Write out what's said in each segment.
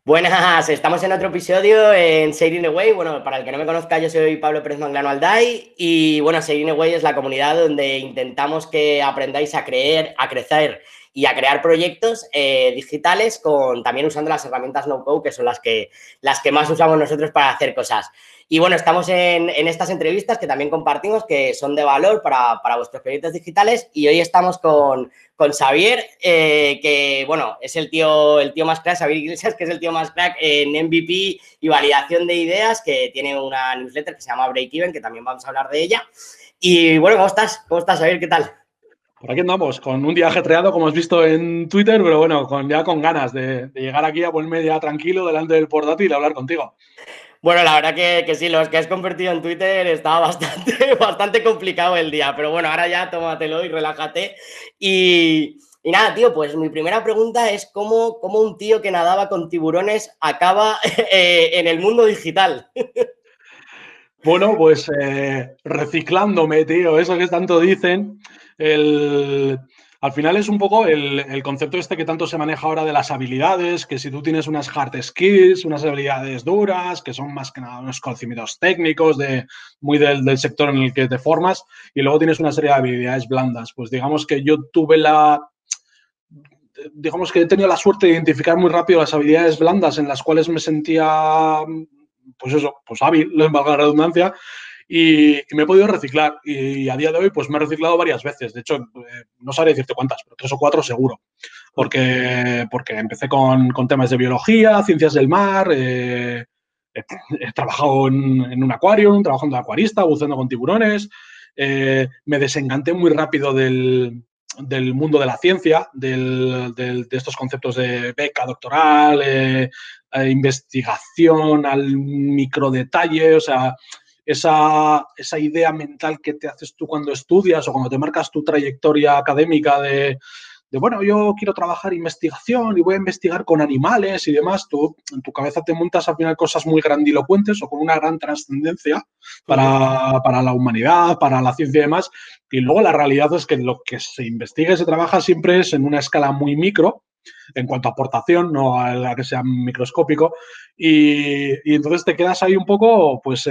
Buenas, estamos en otro episodio en Sailing Away. Bueno, para el que no me conozca, yo soy Pablo Pérez Manglano Alday y bueno, Sailing Away es la comunidad donde intentamos que aprendáis a creer, a crecer y a crear proyectos digitales también usando las herramientas no-code, que son las que más usamos nosotros para hacer cosas. Y bueno, estamos en estas entrevistas que también compartimos, que son de valor para vuestros proyectos digitales, y hoy estamos con Xavier, que bueno, es el tío más crack, Xavier Iglesias, que es el tío más crack en MVP y validación de ideas, que tiene una newsletter que se llama Break Even, que también vamos a hablar de ella. Y bueno, ¿cómo estás? ¿Cómo estás, Xavier? ¿Qué tal? Por aquí andamos, con un día ajetreado, como has visto en Twitter, pero bueno, ya con ganas de llegar aquí a ponerme ya tranquilo delante del portátil y hablar contigo. Bueno, la verdad que sí, los que has convertido en Twitter estaba bastante, bastante complicado el día, pero bueno, ahora ya tómatelo y relájate. Y nada, tío, pues mi primera pregunta es cómo un tío que nadaba con tiburones acaba en el mundo digital. Bueno, pues reciclándome, tío, eso que tanto dicen. El, Al final es un poco el concepto este que tanto se maneja ahora de las habilidades, que si tú tienes unas hard skills, unas habilidades duras, que son más que nada unos conocimientos técnicos muy del sector en el que te formas, y luego tienes una serie de habilidades blandas. Pues digamos que yo digamos que he tenido la suerte de identificar muy rápido las habilidades blandas en las cuales me sentía, pues eso, pues hábil, valga la redundancia, y me he podido reciclar. Y a día de hoy, pues me he reciclado varias veces. De hecho, no sabré decirte cuántas, pero 3 o 4 seguro. Porque empecé con temas de biología, ciencias del mar, he trabajado en un acuario, trabajando de acuarista, buceando con tiburones. Me desencanté muy rápido del mundo de la ciencia, de estos conceptos de beca doctoral, investigación al microdetalle, o sea, esa idea mental que te haces tú cuando estudias o cuando te marcas tu trayectoria académica bueno, yo quiero trabajar investigación y voy a investigar con animales y demás, tú en tu cabeza te montas al final cosas muy grandilocuentes o con una gran trascendencia para la humanidad, para la ciencia y demás, y luego la realidad es que lo que se investiga y se trabaja siempre es en una escala muy micro, en cuanto a aportación, no a la que sea microscópico, y entonces te quedas ahí un poco, pues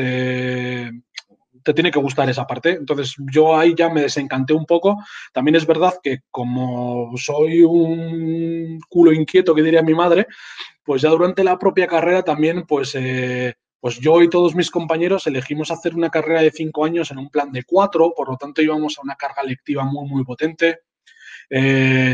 te tiene que gustar esa parte. Entonces yo ahí ya me desencanté un poco. También es verdad que como soy un culo inquieto, que diría mi madre, pues ya durante la propia carrera también, pues yo y todos mis compañeros elegimos hacer una carrera de 5 años en un plan de 4, por lo tanto íbamos a una carga lectiva muy potente. Eh,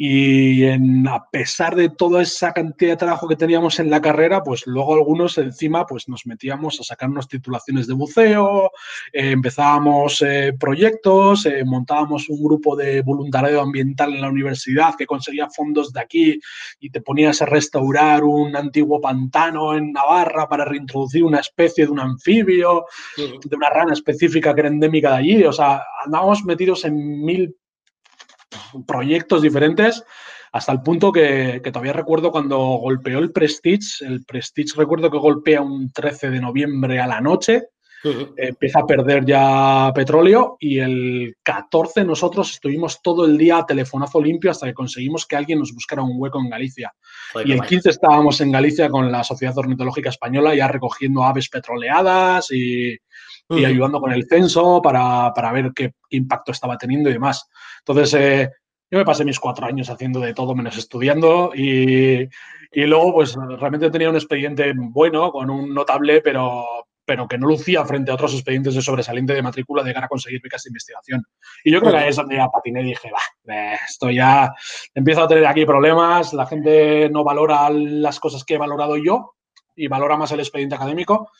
a pesar de toda esa cantidad de trabajo que teníamos en la carrera, pues luego algunos encima pues nos metíamos a sacarnos titulaciones de buceo, empezábamos proyectos, montábamos un grupo de voluntariado ambiental en la universidad que conseguía fondos de aquí y te ponías a restaurar un antiguo pantano en Navarra para reintroducir una especie de un anfibio, de una rana específica que era endémica de allí. O sea, andábamos metidos en 1000 proyectos diferentes, hasta el punto que todavía recuerdo cuando golpeó el Prestige. El Prestige recuerdo que golpea un 13 de noviembre a la noche, empieza a perder ya petróleo, y el 14 nosotros estuvimos todo el día a telefonazo limpio hasta que conseguimos que alguien nos buscara un hueco en Galicia. Joder, Y qué el guay. 15 estábamos en Galicia con la Sociedad Ornitológica Española ya recogiendo aves petroleadas y ayudando con el censo para ver qué impacto estaba teniendo y demás. Entonces, yo me pasé mis 4 años haciendo de todo menos estudiando, y luego pues realmente tenía un expediente bueno, con un notable, pero que no lucía frente a otros expedientes de sobresaliente de matrícula de cara a conseguir becas de investigación. Y yo creo que ahí es donde ya patiné y dije, esto ya empiezo a tener aquí problemas, la gente no valora las cosas que he valorado yo y valora más el expediente académico.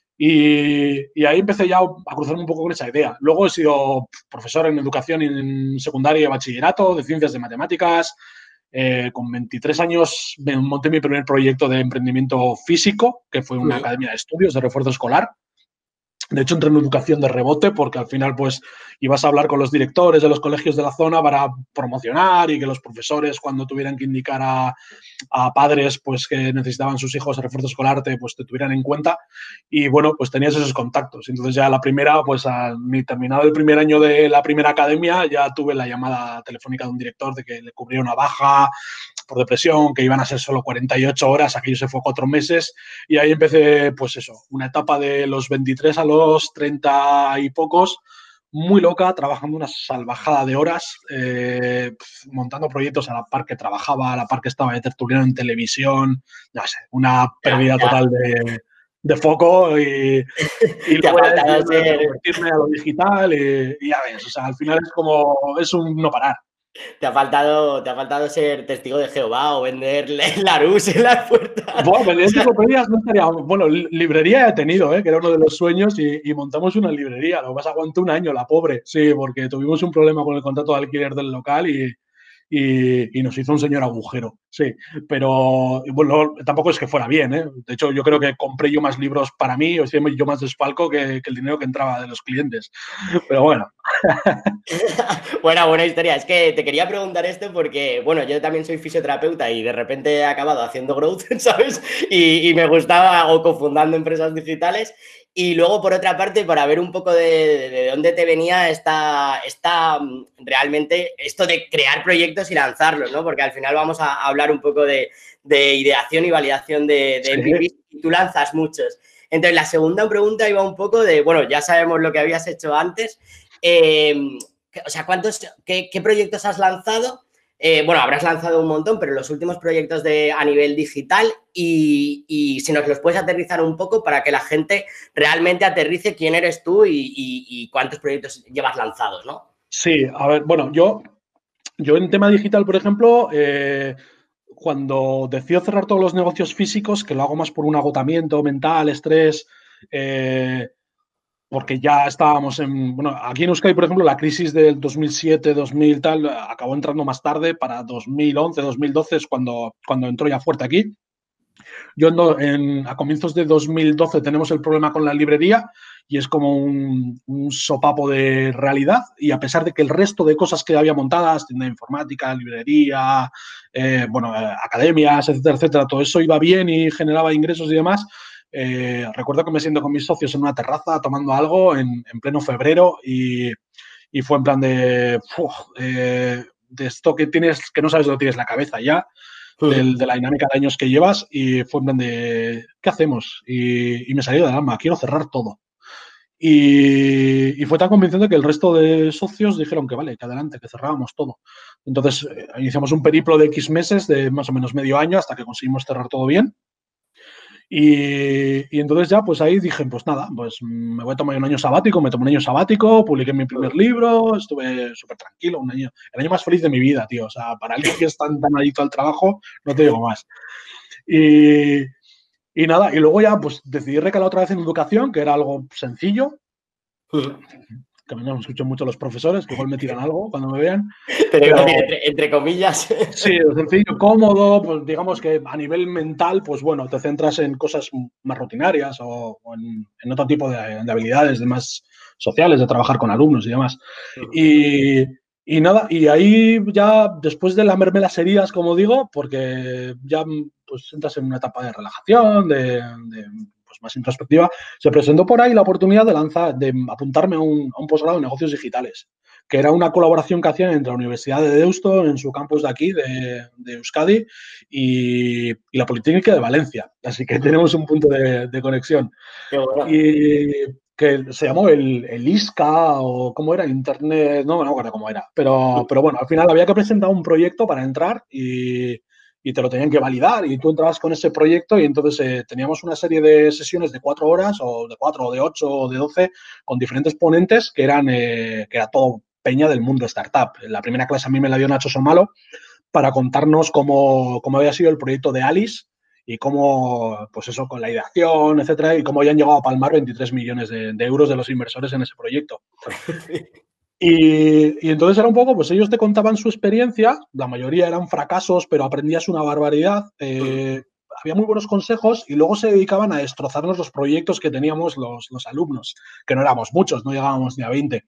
Y ahí empecé ya a cruzarme un poco con esa idea. Luego he sido profesor en educación en secundaria y bachillerato, de ciencias de matemáticas. Con 23 años me monté mi primer proyecto de emprendimiento físico, que fue una academia de estudios de refuerzo escolar. De hecho, entré en educación de rebote porque al final pues ibas a hablar con los directores de los colegios de la zona para promocionar, y que los profesores, cuando tuvieran que indicar a padres pues que necesitaban sus hijos refuerzo escolar, pues te tuvieran en cuenta. Y bueno, pues tenías esos contactos. Entonces ya la primera, pues al terminado el primer año de la primera academia, ya tuve la llamada telefónica de un director de que le cubría una baja por depresión, que iban a ser solo 48 horas, aquello se fue 4 meses y ahí empecé, pues eso, una etapa de los 23 a los 30 y pocos, muy loca, trabajando una salvajada de horas, montando proyectos a la par que trabajaba, a la par que estaba de tertuliano en televisión, no sé, una pérdida total de foco y Te ha luego ya faltado decidí ser, convertirme a lo digital y ya ves, o sea, al final es como, es un no parar. te ha faltado ser testigo de Jehová o vender la luz en las puertas. Bueno, vender O sea, enciclopedias no estaría. Bueno, librería he tenido, que era uno de los sueños, y montamos una librería. Lo que pasa, aguantó un año, la pobre. Sí, porque tuvimos un problema con el contrato de alquiler del local y nos hizo un señor agujero. Sí, pero bueno, tampoco es que fuera bien, ¿eh? De hecho, yo creo que compré yo más libros para mí, o sea, yo más desfalco que el dinero que entraba de los clientes. Pero bueno. buena historia. Es que te quería preguntar esto porque, bueno, yo también soy fisioterapeuta y de repente he acabado haciendo growth, ¿sabes? Y me gustaba o cofundando empresas digitales. Y luego, por otra parte, para ver un poco de dónde te venía realmente esto de crear proyectos y lanzarlos, ¿no? Porque al final vamos a hablar un poco de ideación y validación de Sí. MVPs y tú lanzas muchos. Entonces, la segunda pregunta iba un poco de, bueno, ya sabemos lo que habías hecho antes. O sea, qué proyectos has lanzado? Bueno, habrás lanzado un montón, pero los últimos proyectos a nivel digital y si nos los puedes aterrizar un poco para que la gente realmente aterrice quién eres tú y cuántos proyectos llevas lanzados, ¿no? Sí, a ver, bueno, yo en tema digital, por ejemplo, cuando decido cerrar todos los negocios físicos, que lo hago más por un agotamiento mental, estrés, porque ya estábamos en, bueno, aquí en Euskadi, por ejemplo, la crisis del 2007, 2000 tal, acabó entrando más tarde, para 2011, 2012 es cuando entró ya fuerte aquí. Yo a comienzos de 2012 tenemos el problema con la librería y es como un sopapo de realidad y a pesar de que el resto de cosas que había montadas, tienda de informática, librería, academias, etcétera, etcétera, todo eso iba bien y generaba ingresos y demás, recuerdo que me siento con mis socios en una terraza tomando algo en pleno febrero y fue en plan de esto que tienes, que no sabes dónde tienes la cabeza ya, de la dinámica de años que llevas y fue en plan de, ¿qué hacemos? Y me salió del alma, quiero cerrar todo. Y fue tan convincente que el resto de socios dijeron que vale, que adelante, que cerrábamos todo. Entonces iniciamos un periplo de X meses, de más o menos medio año, hasta que conseguimos cerrar todo bien. Y entonces ya, pues ahí dije, pues nada, pues me voy a tomar un año sabático, me tomé un año sabático, publiqué mi primer libro, estuve súper tranquilo, el año más feliz de mi vida, tío. O sea, para alguien que es tan adicto al trabajo, no te digo más. Y, y nada, y luego ya pues decidí recalar otra vez en educación, que era algo sencillo, que no me escuchan mucho los profesores, que igual me tiran algo cuando me vean, Pero iba a pero decir entre comillas. sí, sencillo, cómodo, pues digamos que a nivel mental, pues bueno, te centras en cosas más rutinarias o en otro tipo de habilidades, de más sociales, de trabajar con alumnos y demás. Y, y nada, y ahí ya después de lamerme las heridas, como digo, porque ya pues entras en una etapa de relajación, pues más introspectiva, se presentó por ahí la oportunidad de apuntarme a un posgrado en negocios digitales, que era una colaboración que hacían entre la Universidad de Deusto, en su campus de aquí, de Euskadi, y la Politécnica de Valencia. Así que tenemos un punto de conexión. Qué bueno. Y que se llamó el ISCA o cómo era, Internet, no me acuerdo cómo era. Pero bueno, al final había que presentar un proyecto para entrar y te lo tenían que validar y tú entrabas con ese proyecto y entonces teníamos una serie de sesiones de 4 horas o de 4 o de 8 o de 12 con diferentes ponentes que era todo peña del mundo startup. La primera clase a mí me la dio Nacho Somalo para contarnos cómo había sido el proyecto de Alice y cómo, pues eso, con la ideación, etcétera, y cómo habían llegado a palmar 23 millones de euros de los inversores en ese proyecto. Y entonces era un poco, pues ellos te contaban su experiencia, la mayoría eran fracasos, pero aprendías una barbaridad. Había muy buenos consejos y luego se dedicaban a destrozarnos los proyectos que teníamos los alumnos, que no éramos muchos, no llegábamos ni a 20.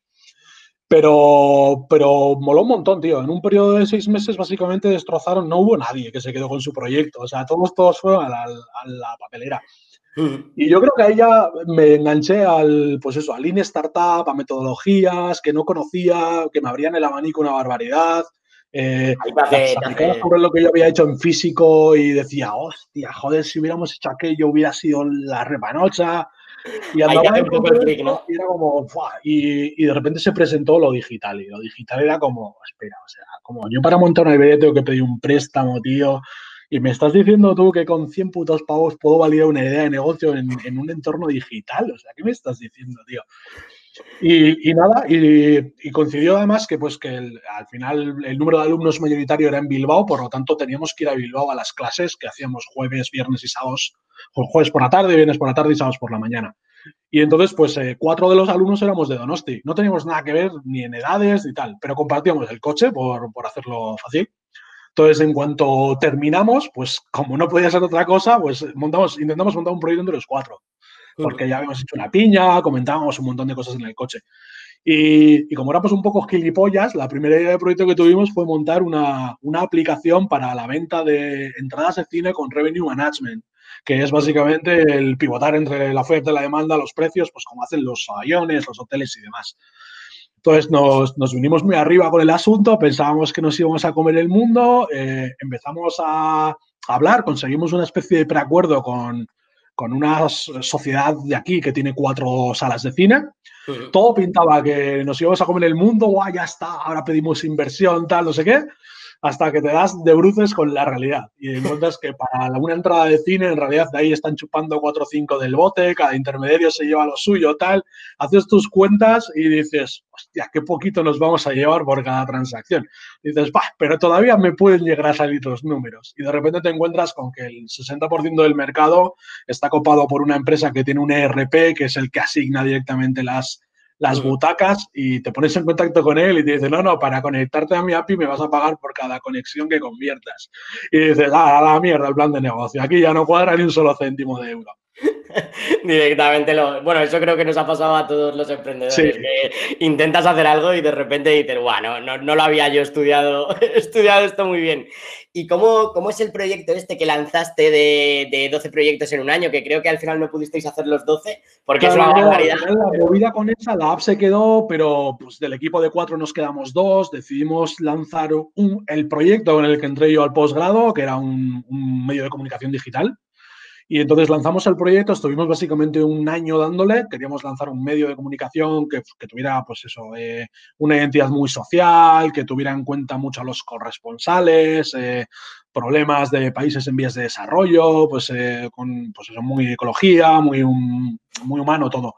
Pero moló un montón, tío. En un periodo de 6 meses básicamente destrozaron, no hubo nadie que se quedó con su proyecto. O sea, todos fueron a la papelera. Y yo creo que ahí ya me enganché pues eso, al Lean Startup, a metodologías que no conocía, que me abrían el abanico una barbaridad. Ahí las te aplicaba hace... sobre lo que yo había hecho en físico y decía, hostia, joder, si hubiéramos hecho aquello hubiera sido la repanocha. Y Ahí te andaba hace ahí un con poco el todo clic, esto ¿no? y era como, ¡fua! Y de repente se presentó lo digital. Y lo digital era como, espera, o sea, como yo para montar una idea tengo que pedir un préstamo, tío. Y me estás diciendo tú que con 100 putos pavos puedo validar una idea de negocio en un entorno digital. O sea, ¿qué me estás diciendo, tío? Y nada, y coincidió además que, pues, que al final el número de alumnos mayoritario era en Bilbao, por lo tanto teníamos que ir a Bilbao a las clases que hacíamos jueves, viernes y sábados, jueves por la tarde, viernes por la tarde y sábados por la mañana. Y entonces, pues, 4 de los alumnos éramos de Donosti. No teníamos nada que ver ni en edades ni tal, pero compartíamos el coche por hacerlo fácil. Entonces, en cuanto terminamos, pues, como no podía ser otra cosa, pues intentamos montar un proyecto entre los 4 porque ya habíamos hecho una piña, comentábamos un montón de cosas en el coche. Y como éramos un poco gilipollas, la primera idea de proyecto que tuvimos fue montar una aplicación para la venta de entradas de cine con revenue management, que es básicamente el pivotar entre la oferta y la demanda, los precios, pues como hacen los aviones, los hoteles y demás. Entonces nos vinimos muy arriba con el asunto, pensábamos que nos íbamos a comer el mundo, empezamos a hablar, conseguimos una especie de preacuerdo con una sociedad de aquí que tiene 4 salas de cine. Todo pintaba que nos íbamos a comer el mundo, guau, ya está, ahora pedimos inversión, tal, no sé qué, hasta que te das de bruces con la realidad y encuentras que para una entrada de cine, en realidad de ahí están chupando 4 o 5 del bote, cada intermediario se lleva lo suyo, tal, haces tus cuentas y dices, hostia, qué poquito nos vamos a llevar por cada transacción. Y dices, bah, pero todavía me pueden llegar a salir los números. Y de repente te encuentras con que el 60% del mercado está copado por una empresa que tiene un ERP, que es el que asigna directamente las butacas y te pones en contacto con él y te dice, no, no, para conectarte a mi API me vas a pagar por cada conexión que conviertas. Y dices, a la mierda el plan de negocio, aquí ya no cuadra ni un solo céntimo de euro. Directamente bueno, eso creo que nos ha pasado a todos los Sí, emprendedores, que intentas hacer algo y de repente dices, bueno, no lo había yo estudiado, estudiado esto muy bien. ¿Y cómo es el proyecto este que lanzaste de 12 proyectos en un año? Que creo que al final no pudisteis hacer los 12 porque es claro, una no, al barbaridad. final la Pero... movida con esa, la app se quedó, pero pues del equipo de 4 nos quedamos 2, decidimos lanzar el proyecto en el que entré yo al posgrado, que era un medio de comunicación digital. Y entonces lanzamos el proyecto, estuvimos básicamente un año dándole, queríamos lanzar un medio de comunicación que tuviera, pues eso, una identidad muy social, que tuviera en cuenta mucho a los corresponsales, problemas de países en vías de desarrollo, con pues eso, muy ecología, muy humano todo.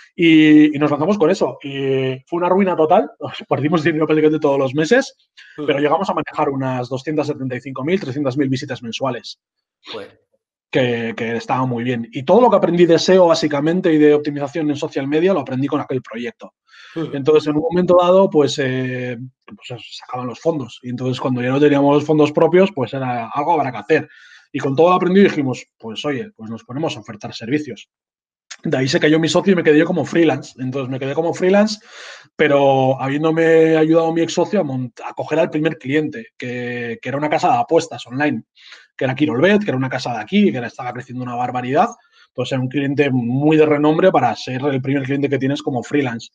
Y nos lanzamos con eso. Y fue una ruina total, perdimos dinero prácticamente todos los meses, pero llegamos a manejar unas 275.000, 300.000 visitas mensuales Joder. que estaba muy bien. Y todo lo que aprendí de SEO básicamente y de optimización en social media lo aprendí con aquel proyecto. Entonces, en un momento dado, pues se sacaban los fondos. Y entonces, cuando ya no teníamos los fondos propios, pues era algo habrá que hacer. Y con todo lo aprendido dijimos, pues oye, pues nos ponemos a ofertar servicios. De ahí se cayó mi socio y me quedé yo como freelance. Entonces me quedé como freelance, pero habiéndome ayudado mi ex socio a coger al primer cliente, que era una casa de apuestas online, que era Quirolbet, que era una casa de aquí, que estaba creciendo una barbaridad. Entonces era un cliente muy de renombre para ser el primer cliente que tienes como freelance.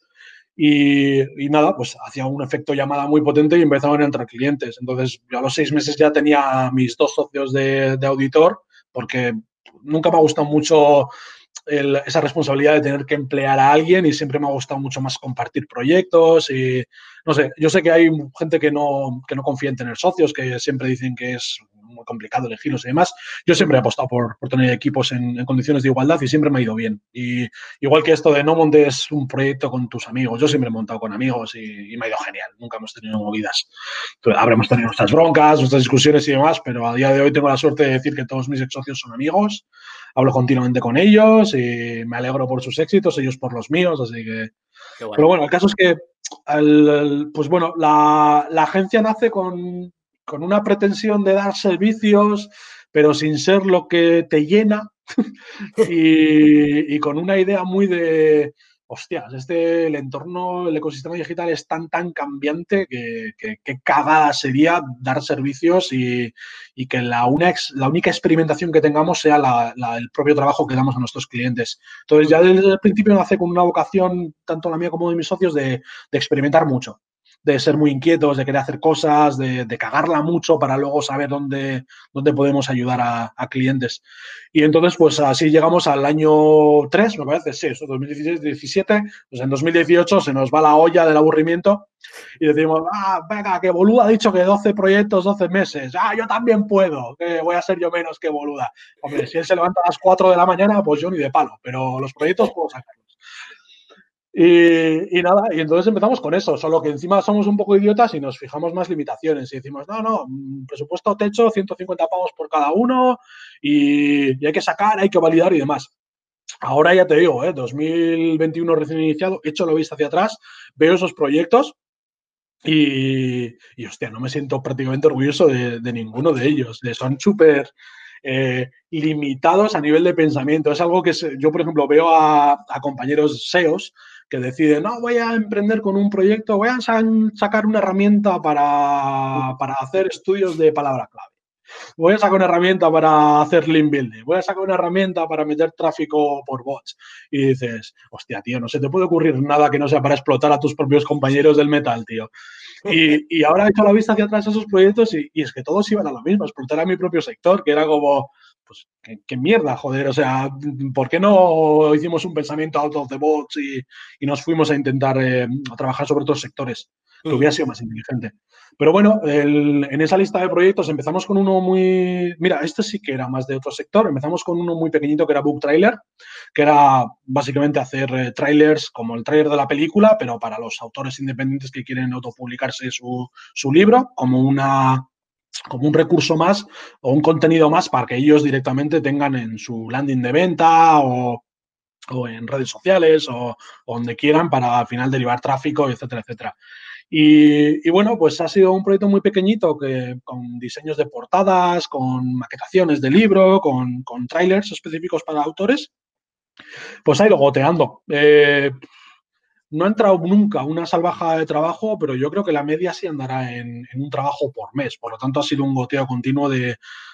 Y nada, pues hacía un efecto llamada muy potente y empezaban a entrar clientes. Entonces yo a los 6 meses ya tenía a mis 2 socios de auditor, porque nunca me ha gustado mucho esa responsabilidad de tener que emplear a alguien y siempre me ha gustado mucho más compartir proyectos y no sé, yo sé que hay gente que no confía en tener socios, que siempre dicen que es muy complicado elegirlos y demás. Yo siempre he apostado por tener equipos en condiciones de igualdad y siempre me ha ido bien. Y igual que esto de no montes un proyecto con tus amigos, yo siempre he montado con amigos y me ha ido genial. Nunca hemos tenido movidas. Entonces, habremos tenido nuestras broncas, nuestras discusiones y demás, pero a día de hoy tengo la suerte de decir que todos mis ex socios son amigos, hablo continuamente con ellos y me alegro por sus éxitos, ellos por los míos, así que... Qué guay. Pero bueno, el caso es que, pues bueno, la agencia nace con una pretensión de dar servicios, pero sin ser lo que te llena y con una idea muy de, hostias, el entorno, el ecosistema digital es tan cambiante que cagada sería dar servicios y que la única experimentación que tengamos sea el propio trabajo que damos a nuestros clientes. Entonces ya desde el principio nace con una vocación, tanto la mía como de mis socios, de experimentar mucho, de ser muy inquietos, de querer hacer cosas, de cagarla mucho para luego saber dónde podemos ayudar a clientes. Y entonces, pues así llegamos al año 3, me parece, sí, eso, 2016-17, pues en 2018 se nos va la olla del aburrimiento y decimos, venga, que Boluda ha dicho que 12 proyectos, 12 meses, yo también puedo, que voy a ser yo menos que Boluda. Hombre, si él se levanta a las 4 de la mañana, pues yo ni de palo, pero los proyectos puedo sacarlos. Y nada, y entonces empezamos con eso, solo que encima somos un poco idiotas y nos fijamos más limitaciones y decimos, no, presupuesto techo, 150 pavos por cada uno y hay que sacar, hay que validar y demás. Ahora ya te digo, 2021 recién iniciado, hecho lo visto hacia atrás, veo esos proyectos y hostia, no me siento prácticamente orgulloso de ninguno de ellos. Son súper limitados a nivel de pensamiento. Es algo que yo, por ejemplo, veo a compañeros SEOs que deciden, no, voy a emprender con un proyecto, voy a sacar una herramienta para hacer estudios de palabra clave. Voy a sacar una herramienta para hacer link building, voy a sacar una herramienta para meter tráfico por bots. Y dices, hostia, tío, no se te puede ocurrir nada que no sea para explotar a tus propios compañeros del metal, tío. Y ahora he hecho la vista hacia atrás a esos proyectos y es que todos iban a lo mismo, explotar a mi propio sector, que era como, pues, qué mierda, joder, o sea, ¿por qué no hicimos un pensamiento out of the box y nos fuimos a intentar trabajar sobre otros sectores? Que hubiera sido más inteligente. Pero bueno, en esa lista de proyectos empezamos con uno muy... Mira, este sí que era más de otro sector. Empezamos con uno muy pequeñito que era Book Trailer, que era básicamente hacer trailers como el trailer de la película, pero para los autores independientes que quieren autopublicarse su libro, como un recurso más o un contenido más para que ellos directamente tengan en su landing de venta o en redes sociales o donde quieran para al final derivar tráfico, etcétera, etcétera. Y bueno, pues ha sido un proyecto muy pequeñito con diseños de portadas, con maquetaciones de libro, con trailers específicos para autores. Pues ha ido goteando. No ha entrado nunca una salvaja de trabajo, pero yo creo que la media sí andará en un trabajo por mes. Por lo tanto, ha sido un goteo continuo de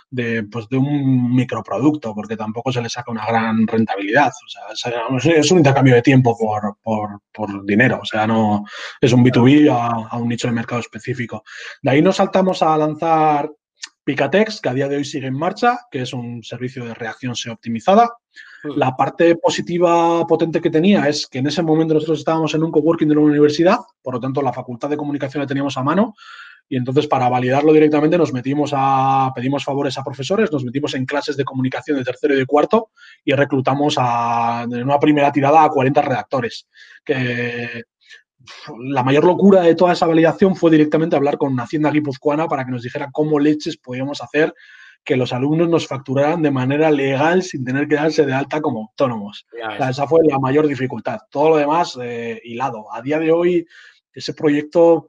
un microproducto, porque tampoco se le saca una gran rentabilidad. O sea, es un intercambio de tiempo por dinero. O sea, no es un B2B a un nicho de mercado específico. De ahí nos saltamos a lanzar Picatext, que a día de hoy sigue en marcha, que es un servicio de reacción SEO optimizada. La parte positiva potente que tenía es que en ese momento nosotros estábamos en un coworking de la universidad, por lo tanto la facultad de comunicación la teníamos a mano y entonces para validarlo directamente pedimos favores a profesores, nos metimos en clases de comunicación de tercero y de cuarto y reclutamos en una primera tirada a 40 redactores. Que la mayor locura de toda esa validación fue directamente hablar con Hacienda guipuzcoana para que nos dijera cómo leches podíamos hacer que los alumnos nos facturaran de manera legal sin tener que darse de alta como autónomos. O sea, esa fue la mayor dificultad. Todo lo demás, hilado. A día de hoy, ese proyecto,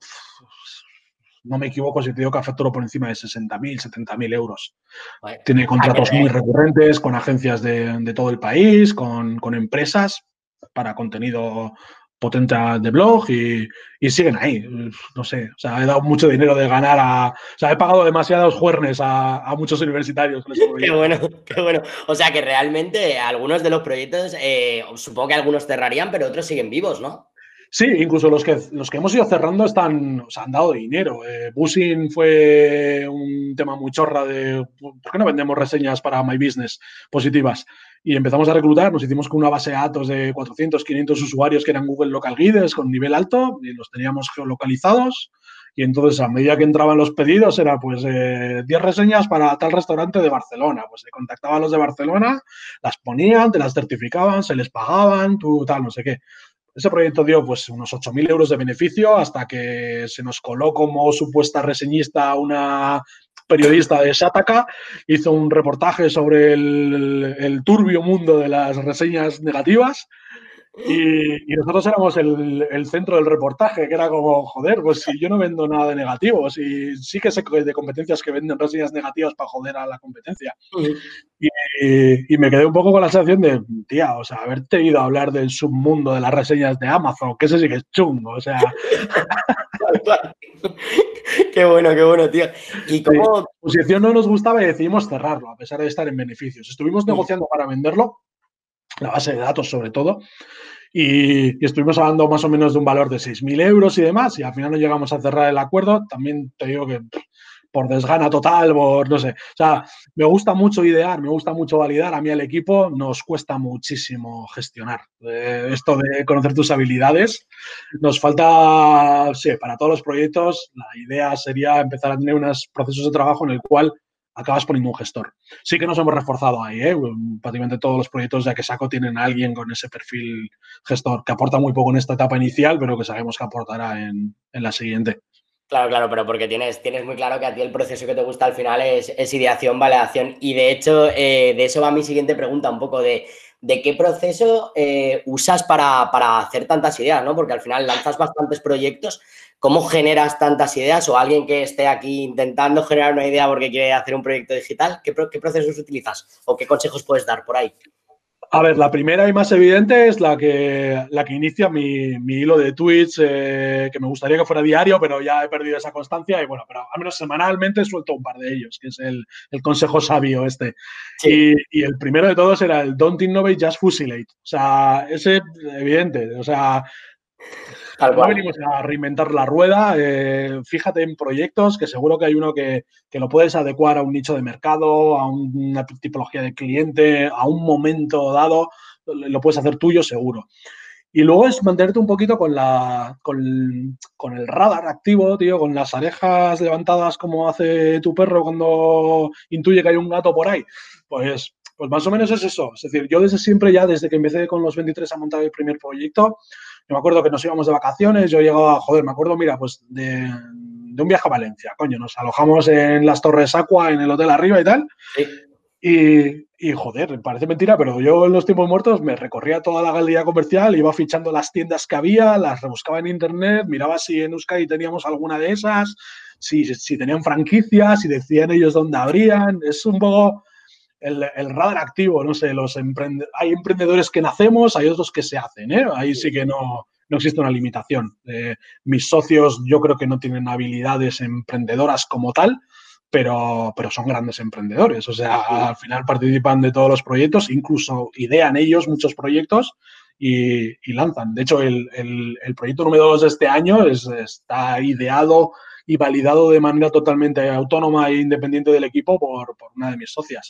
no me equivoco si te digo que facturó por encima de 60.000, 70.000 euros. Vale. Tiene contratos muy recurrentes con agencias de todo el país, con empresas para contenido potente de blog y siguen ahí. No sé, o sea, he dado mucho dinero de ganar o sea, he pagado demasiados juernes a muchos universitarios. Con ese qué bueno, qué bueno. O sea, que realmente algunos de los proyectos, supongo que algunos cerrarían, pero otros siguen vivos, ¿no? Sí, incluso los que hemos ido cerrando han dado dinero. Busing fue un tema muy chorra de ¿por qué no vendemos reseñas para My Business positivas? Y empezamos a reclutar, nos hicimos con una base de datos de 400, 500 usuarios que eran Google Local Guides con nivel alto y los teníamos geolocalizados. Y entonces, a medida que entraban los pedidos, era pues 10 reseñas para tal restaurante de Barcelona. Pues se contactaban los de Barcelona, las ponían, te las certificaban, se les pagaban, tal, no sé qué. Ese proyecto dio pues unos 8.000 euros de beneficio hasta que se nos coló como supuesta reseñista una periodista de Shataka, hizo un reportaje sobre el turbio mundo de las reseñas negativas y nosotros éramos el centro del reportaje, que era como, joder, pues si yo no vendo nada de negativo, si sí que sé de competencias que venden reseñas negativas para joder a la competencia. Y me quedé un poco con la sensación de, tía, o sea, haberte ido a hablar del submundo de las reseñas de Amazon, que ese sí que es chungo, o sea... Qué bueno, tío. ¿Y cómo...? La posición no nos gustaba y decidimos cerrarlo, a pesar de estar en beneficios. Estuvimos negociando para venderlo, la base de datos sobre todo, y estuvimos hablando más o menos de un valor de 6.000 euros y demás, y al final no llegamos a cerrar el acuerdo. También te digo que por desgana total, por no sé. O sea, me gusta mucho idear, me gusta mucho validar. A mí al equipo nos cuesta muchísimo gestionar. Esto de conocer tus habilidades. Nos falta, sí, para todos los proyectos, la idea sería empezar a tener unos procesos de trabajo en el cual acabas poniendo un gestor. Sí que nos hemos reforzado ahí, ¿eh? Prácticamente todos los proyectos ya que saco tienen a alguien con ese perfil gestor, que aporta muy poco en esta etapa inicial, pero que sabemos que aportará en la siguiente. Claro, claro, pero porque tienes muy claro que a ti el proceso que te gusta al final es ideación, validación. Y de hecho, de eso va mi siguiente pregunta, un poco de qué proceso usas para hacer tantas ideas, ¿no? Porque al final lanzas bastantes proyectos. ¿Cómo generas tantas ideas? O alguien que esté aquí intentando generar una idea porque quiere hacer un proyecto digital, ¿qué procesos utilizas? ¿O qué consejos puedes dar por ahí? A ver, la primera y más evidente es la que inicia mi hilo de tweets, que me gustaría que fuera diario, pero ya he perdido esa constancia y bueno, pero al menos semanalmente suelto un par de ellos, que es el consejo sabio este. Sí. Y el primero de todos era el Don't Innovate, Just Fusilate. O sea, ese evidente. O sea, Tal no cual. venimos a reinventar la rueda. Fíjate en proyectos que seguro que hay uno que lo puedes adecuar a un nicho de mercado, a una tipología de cliente, a un momento dado. Lo puedes hacer tuyo seguro. Y luego es mantenerte un poquito con el radar activo, tío, con las orejas levantadas como hace tu perro cuando intuye que hay un gato por ahí. Pues más o menos es eso. Es decir, yo desde siempre, ya desde que empecé con los 23 a montar el primer proyecto, yo me acuerdo que nos íbamos de vacaciones, yo llegaba, joder, me acuerdo, mira, pues de un viaje a Valencia, coño, nos alojamos en las Torres Aqua, en el hotel arriba y tal, Sí. joder, parece mentira, pero yo en los tiempos muertos me recorría toda la galería comercial, iba fichando las tiendas que había, las rebuscaba en internet, miraba si en Euskadi teníamos alguna de esas, si tenían franquicias, si decían ellos dónde abrían. Es un poco el radar activo, no sé, hay emprendedores que nacemos, hay otros que se hacen, ¿eh? Ahí sí que no existe una limitación. Mis socios yo creo que no tienen habilidades emprendedoras como tal, pero son grandes emprendedores. O sea, al final participan de todos los proyectos, incluso idean ellos muchos proyectos y lanzan. De hecho, el proyecto número 2 de este año está ideado y validado de manera totalmente autónoma e independiente del equipo por una de mis socias.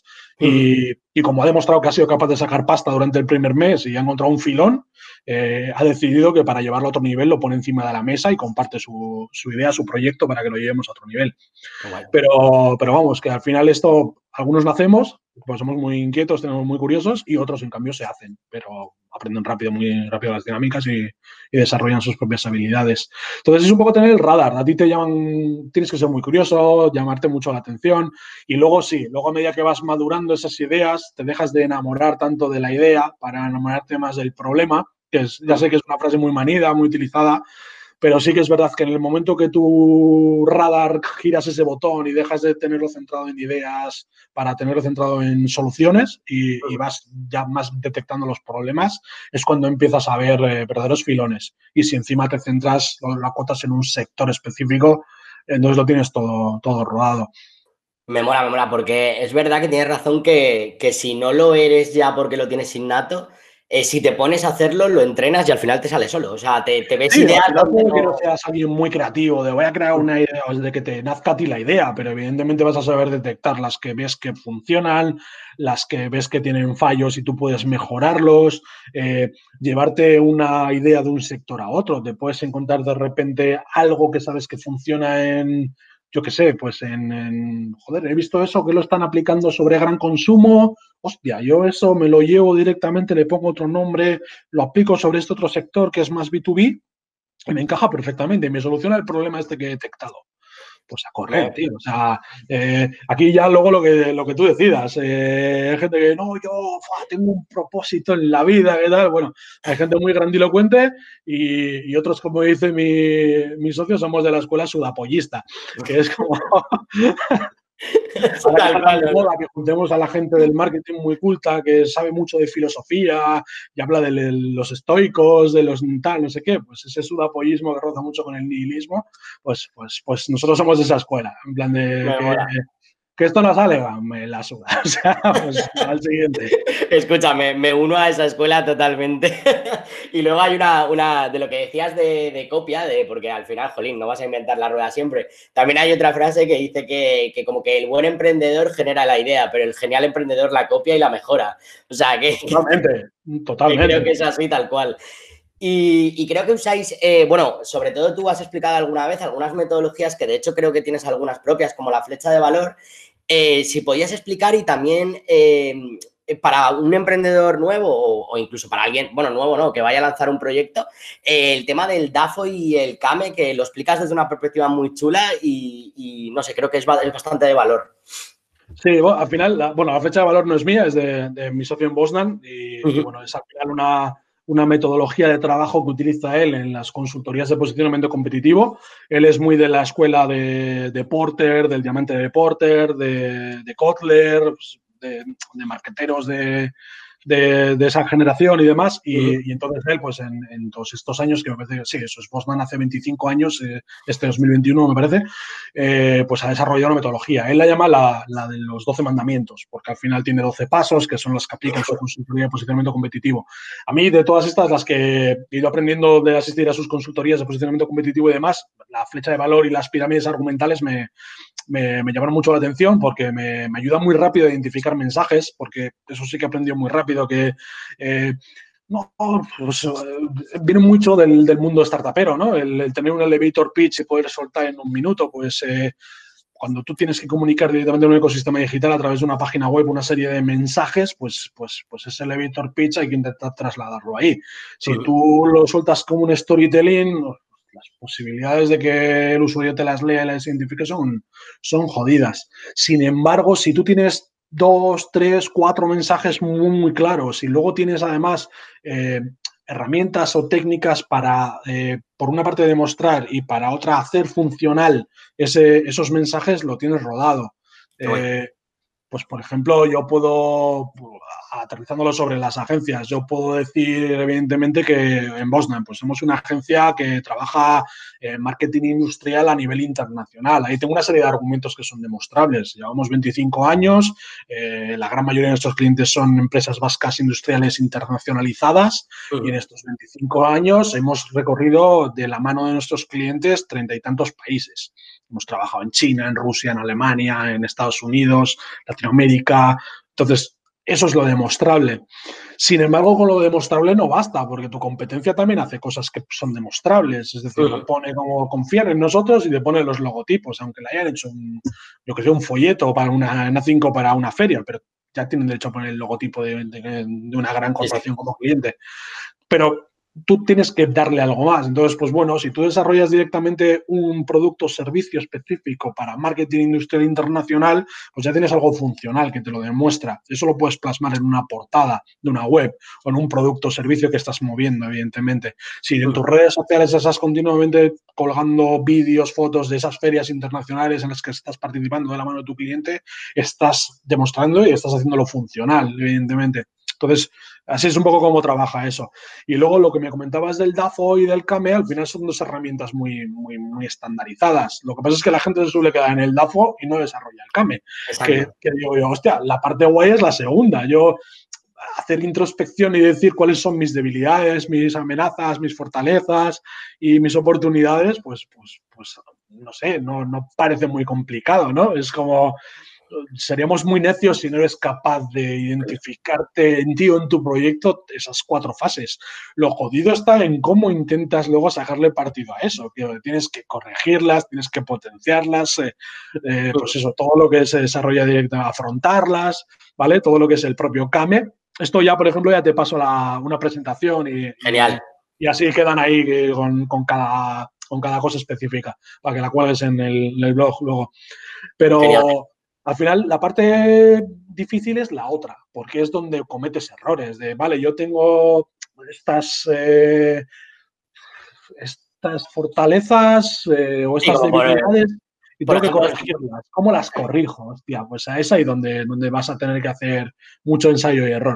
Y como ha demostrado que ha sido capaz de sacar pasta durante el primer mes y ha encontrado un filón, ha decidido que para llevarlo a otro nivel lo pone encima de la mesa y comparte su idea, su proyecto para que lo llevemos a otro nivel. Qué guay. Pero vamos, que al final esto, algunos nacemos, pues somos muy inquietos, tenemos muy curiosos, y otros en cambio se hacen, pero aprenden rápido, muy rápido las dinámicas y desarrollan sus propias habilidades. Entonces es un poco tener el radar. A ti te llaman, tienes que ser muy curioso, llamarte mucho la atención, y luego sí, luego a medida que vas madurando esas ideas, te dejas de enamorar tanto de la idea para enamorarte más del problema, que es, ya sé que es una frase muy manida, muy utilizada, pero sí que es verdad que en el momento que tu radar giras ese botón y dejas de tenerlo centrado en ideas para tenerlo centrado en soluciones y vas ya más detectando los problemas, es cuando empiezas a ver verdaderos filones. Y si encima te centras o lo acotas en un sector específico, entonces lo tienes todo rodado. Me mola, porque es verdad que tienes razón que si no lo eres ya porque lo tienes innato, si te pones a hacerlo, lo entrenas y al final te sale solo. O sea, te ves Sí, al ideas final donde puede que no no. seas alguien muy creativo, de voy a crear una idea, o de que te nazca a ti la idea, pero evidentemente vas a saber detectar las que ves que funcionan, las que ves que tienen fallos y tú puedes mejorarlos, llevarte una idea de un sector a otro. Te puedes encontrar de repente algo que sabes que funciona yo qué sé, pues joder, he visto eso que lo están aplicando sobre gran consumo. Hostia, yo eso me lo llevo directamente, le pongo otro nombre, lo aplico sobre este otro sector que es más B2B y me encaja perfectamente y me soluciona el problema este que he detectado. Pues a correr, Me- tío. O sea, aquí ya luego lo que tú decidas. Hay gente que no, yo tengo un propósito en la vida, ¿qué tal? Bueno, hay gente muy grandilocuente y otros, como dice mi socio, somos de la escuela sudapollista, que es como ahora que Tal está tan cual, de ¿no? moda, que juntemos a la gente del marketing muy culta, que sabe mucho de filosofía y habla de los estoicos, de los tal, no sé qué, pues ese sudapollismo que roza mucho con el nihilismo, pues nosotros somos de esa escuela, en plan de Me que mola. que esto no sale, me la suda. O sea, pues al siguiente. Escúchame, me uno a esa escuela totalmente. Y luego hay una de lo que decías de copia, porque al final, jolín, no vas a inventar la rueda siempre. También hay otra frase que dice que como que el buen emprendedor genera la idea, pero el genial emprendedor la copia y la mejora. O sea, Totalmente, que creo totalmente. que es así tal cual. Y creo que usáis, bueno, sobre todo tú has explicado alguna vez algunas metodologías que de hecho creo que tienes algunas propias, como la flecha de valor. Si podías explicar y también para un emprendedor nuevo o incluso para alguien, bueno, nuevo no, que vaya a lanzar un proyecto, el tema del DAFO y el CAME, que lo explicas desde una perspectiva muy chula y no sé, creo que es bastante de valor. Sí, bueno, al final, la fecha de valor no es mía, es de mi socio en Bosnan y bueno, es al final una metodología de trabajo que utiliza él en las consultorías de posicionamiento competitivo. Él es muy de la escuela de Porter, del diamante de Porter, de Kotler, pues, de marqueteros de esa generación y demás. Y entonces él, pues en todos estos años, que me parece que sí, eso es Bosman hace 25 años, este 2021 me parece, pues ha desarrollado una metodología. Él la llama la de los 12 mandamientos, porque al final tiene 12 pasos, que son los que aplica en su consultoría de posicionamiento competitivo. A mí, de todas estas, las que he ido aprendiendo de asistir a sus consultorías de posicionamiento competitivo y demás, la flecha de valor y las pirámides argumentales me llamaron mucho la atención porque me ayuda muy rápido a identificar mensajes, porque eso sí que aprendió muy rápido, que no, pues, viene mucho del mundo startupero, ¿no? El tener un elevator pitch y poder soltar en un minuto, pues cuando tú tienes que comunicar directamente en un ecosistema digital a través de una página web, una serie de mensajes, pues ese elevator pitch hay que intentar trasladarlo ahí. Si tú lo sueltas como un storytelling, las posibilidades de que el usuario te las lea y las identifique son jodidas. Sin embargo, si tú tienes 2, 3, 4 mensajes muy claros y luego tienes además herramientas o técnicas para, por una parte, demostrar y para otra, hacer funcional esos mensajes, lo tienes rodado. Pues, por ejemplo, yo puedo, aterrizándolo sobre las agencias, yo puedo decir, evidentemente, que en Bosnan, pues somos una agencia que trabaja en marketing industrial a nivel internacional. Ahí tengo una serie de argumentos que son demostrables. Llevamos 25 años, la gran mayoría de nuestros clientes son empresas vascas industriales internacionalizadas y en estos 25 años hemos recorrido de la mano de nuestros clientes 30 y tantos países. Hemos trabajado en China, en Rusia, en Alemania, en Estados Unidos, Latinoamérica. Entonces, eso es lo demostrable. Sin embargo, con lo demostrable no basta, porque tu competencia también hace cosas que son demostrables. Es decir, lo pone como confiar en nosotros y te pone los logotipos, aunque le hayan hecho un folleto para una 5 para una feria, pero ya tienen derecho a poner el logotipo de una gran corporación como cliente. Pero tú tienes que darle algo más. Entonces, pues bueno, si tú desarrollas directamente un producto o servicio específico para marketing industrial internacional, pues ya tienes algo funcional que te lo demuestra. Eso lo puedes plasmar en una portada de una web o en un producto o servicio que estás moviendo, evidentemente. Si en tus redes sociales estás continuamente colgando vídeos, fotos de esas ferias internacionales en las que estás participando de la mano de tu cliente, estás demostrando y estás haciéndolo funcional, evidentemente. Entonces, así es un poco cómo trabaja eso. Y luego lo que me comentabas del DAFO y del CAME, al final son dos herramientas muy estandarizadas. Lo que pasa es que la gente se suele quedar en el DAFO y no desarrolla el CAME. Que digo yo, hostia, la parte guay es la segunda. Yo hacer introspección y decir cuáles son mis debilidades, mis amenazas, mis fortalezas y mis oportunidades, pues no sé, no parece muy complicado, ¿no? Es como seríamos muy necios si no eres capaz de identificarte en ti o en tu proyecto esas 4 fases. Lo jodido está en cómo intentas luego sacarle partido a eso, que tienes que corregirlas, tienes que potenciarlas, pues eso, todo lo que se desarrolla directamente, afrontarlas, ¿vale? Todo lo que es el propio CAME. Esto ya, por ejemplo, ya te paso una presentación y así quedan ahí con cada cosa específica para que la cuelgues en el blog luego. Pero Genial. al final la parte difícil es la otra, porque es donde cometes errores. Vale, yo tengo estas fortalezas o estas debilidades y tengo que corregirlas. ¿Cómo las corrijo? Hostia, pues es ahí donde vas a tener que hacer mucho ensayo y error.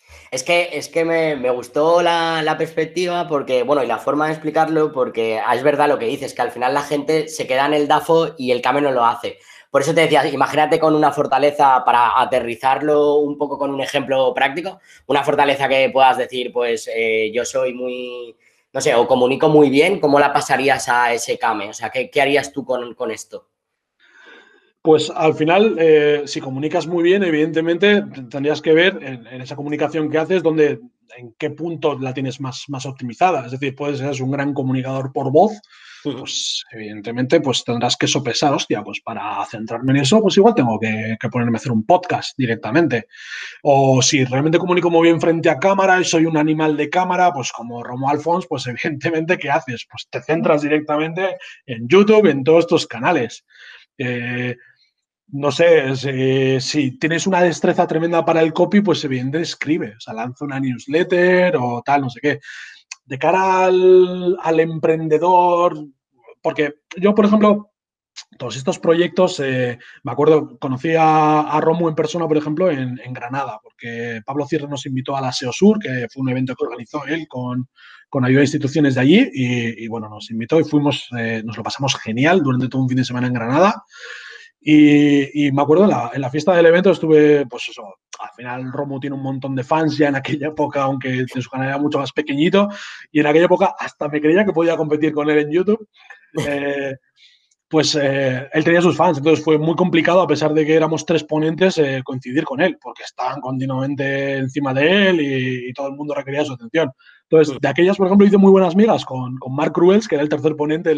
Es que me gustó la perspectiva porque, bueno, y la forma de explicarlo, porque es verdad lo que dices, que al final la gente se queda en el DAFO y el CAME no lo hace. Por eso te decía, imagínate con una fortaleza para aterrizarlo un poco con un ejemplo práctico, una fortaleza que puedas decir, pues yo soy muy, no sé, o comunico muy bien, ¿cómo la pasarías a ese CAME? O sea, ¿qué harías tú con esto? Pues al final, si comunicas muy bien, evidentemente tendrías que ver en esa comunicación que haces en qué punto la tienes más optimizada. Es decir, puedes ser un gran comunicador por voz, pues evidentemente pues tendrás que sopesar, hostia, pues para centrarme en eso, pues igual tengo que ponerme a hacer un podcast directamente. O si realmente comunico muy bien frente a cámara y soy un animal de cámara, pues como Romo Alfons, pues evidentemente, ¿qué haces? Pues te centras directamente en YouTube, en todos estos canales. Eh, no sé, si tienes una destreza tremenda para el copy, pues evidentemente escribe, o sea, lanza una newsletter o tal, no sé qué. De cara al emprendedor, porque yo, por ejemplo, todos estos proyectos, me acuerdo, conocí a Romu en persona, por ejemplo, en Granada, porque Pablo Cierre nos invitó a la SEO Sur, que fue un evento que organizó él con ayuda de instituciones de allí, y bueno, nos invitó y fuimos, nos lo pasamos genial durante todo un fin de semana en Granada. Y me acuerdo en la fiesta del evento estuve, pues eso, al final Romo tiene un montón de fans ya en aquella época, aunque de su canal era mucho más pequeñito, y en aquella época hasta me creía que podía competir con él en YouTube. Eh, él tenía sus fans, entonces fue muy complicado, a pesar de que éramos tres ponentes, coincidir con él, porque estaban continuamente encima de él y todo el mundo requería su atención. Entonces, de aquellas, por ejemplo, hice muy buenas migas con Mark Cruels, que era el tercer ponente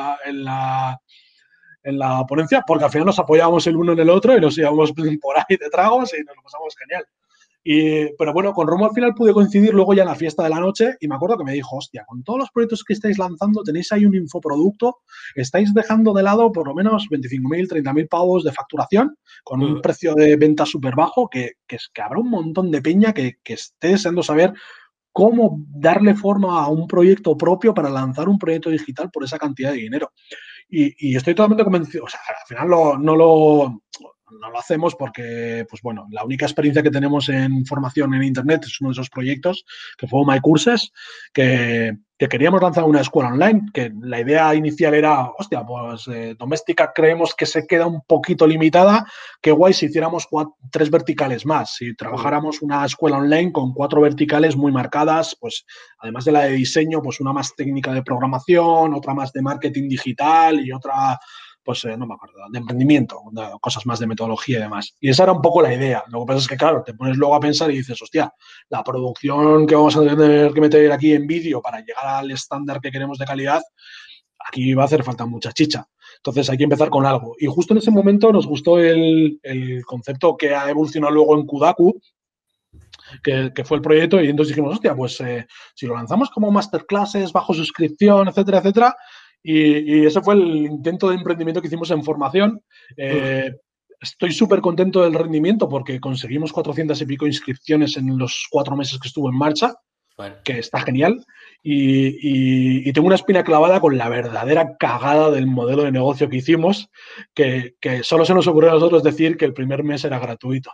en la ponencia, porque al final nos apoyábamos el uno en el otro y nos íbamos por ahí de tragos y nos lo pasamos genial. Pero bueno, con Romo al final pude coincidir luego ya en la fiesta de la noche y me acuerdo que me dijo, hostia, con todos los proyectos que estáis lanzando tenéis ahí un infoproducto, estáis dejando de lado por lo menos 25.000, 30.000 pavos de facturación con un precio de venta súper bajo que habrá un montón de peña que esté deseando saber cómo darle forma a un proyecto propio para lanzar un proyecto digital por esa cantidad de dinero. Y estoy totalmente convencido, o sea, al final no lo hacemos porque, pues bueno, la única experiencia que tenemos en formación en Internet es uno de esos proyectos que fue MyCourses, que queríamos lanzar una escuela online, que la idea inicial era, hostia, pues doméstica creemos que se queda un poquito limitada, qué guay si hiciéramos 3 verticales más, si trabajáramos una escuela online con 4 verticales muy marcadas, pues además de la de diseño, pues una más técnica de programación, otra más de marketing digital y otra, pues no me acuerdo, de emprendimiento, cosas más de metodología y demás. Y esa era un poco la idea. Lo que pasa es que, claro, te pones luego a pensar y dices, hostia, la producción que vamos a tener que meter aquí en vídeo para llegar al estándar que queremos de calidad, aquí va a hacer falta mucha chicha. Entonces hay que empezar con algo. Y justo en ese momento nos gustó el concepto que ha evolucionado luego en Kudaku, que fue el proyecto, y entonces dijimos, hostia, pues si lo lanzamos como masterclasses, bajo suscripción, etcétera, etcétera, y ese fue el intento de emprendimiento que hicimos en formación. Estoy súper contento del rendimiento porque conseguimos 400 y pico inscripciones en los 4 meses que estuvo en marcha, Bueno. que está genial. Y tengo una espina clavada con la verdadera cagada del modelo de negocio que hicimos, que solo se nos ocurrió a nosotros decir que el primer mes era gratuito.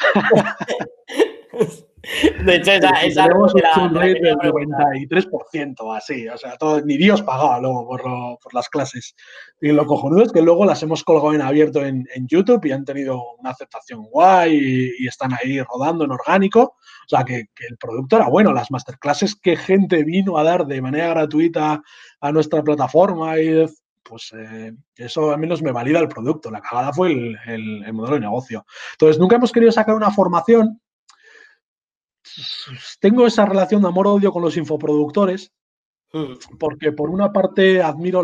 De hecho, esa Tenemos un churn te la rate quería del preguntar. 93%, así, o sea, ni Dios pagaba luego por las clases. Y lo cojonudo es que luego las hemos colgado en abierto en YouTube y han tenido una aceptación guay y están ahí rodando en orgánico. O sea, que el producto era bueno. Las masterclasses que gente vino a dar de manera gratuita a nuestra plataforma pues eso al menos me valida el producto. La cagada fue el modelo de negocio. Entonces, nunca hemos querido sacar una formación. Tengo esa relación de amor-odio con los infoproductores, porque por una parte admiro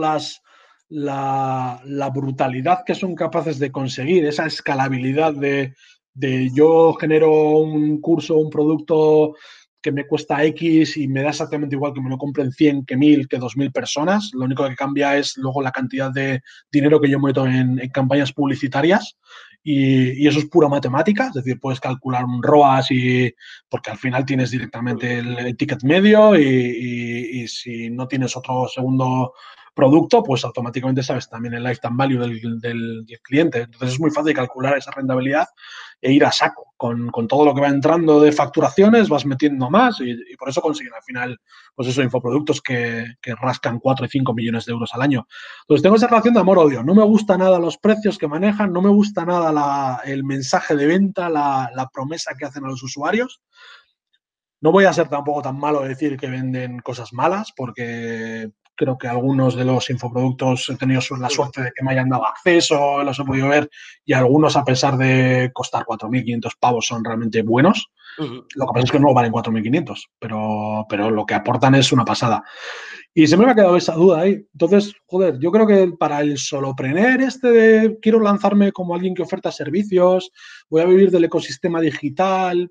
la brutalidad que son capaces de conseguir, esa escalabilidad de yo genero un curso, un producto que me cuesta X y me da exactamente igual que me lo compren 100, que 1.000, que 2.000 personas. Lo único que cambia es luego la cantidad de dinero que yo meto en campañas publicitarias y eso es pura matemática, es decir, puedes calcular un ROAS porque al final tienes directamente el ticket medio y si no tienes otro segundo producto, pues automáticamente sabes también el lifetime value del cliente. Entonces es muy fácil calcular esa rentabilidad e ir a saco. Con todo lo que va entrando de facturaciones vas metiendo más y por eso consiguen al final, pues eso, infoproductos que rascan 4 y 5 millones de euros al año. Entonces tengo esa relación de amor-odio. No me gusta nada los precios que manejan, no me gusta nada el mensaje de venta, la promesa que hacen a los usuarios. No voy a ser tampoco tan malo de decir que venden cosas malas, porque creo que algunos de los infoproductos he tenido la suerte de que me hayan dado acceso, los he podido ver, y algunos, a pesar de costar 4.500 pavos, son realmente buenos. Lo que pasa es que no valen 4.500, pero lo que aportan es una pasada. Y se me ha quedado esa duda ahí. Entonces, joder, yo creo que para el solopreneur de quiero lanzarme como alguien que oferta servicios, voy a vivir del ecosistema digital,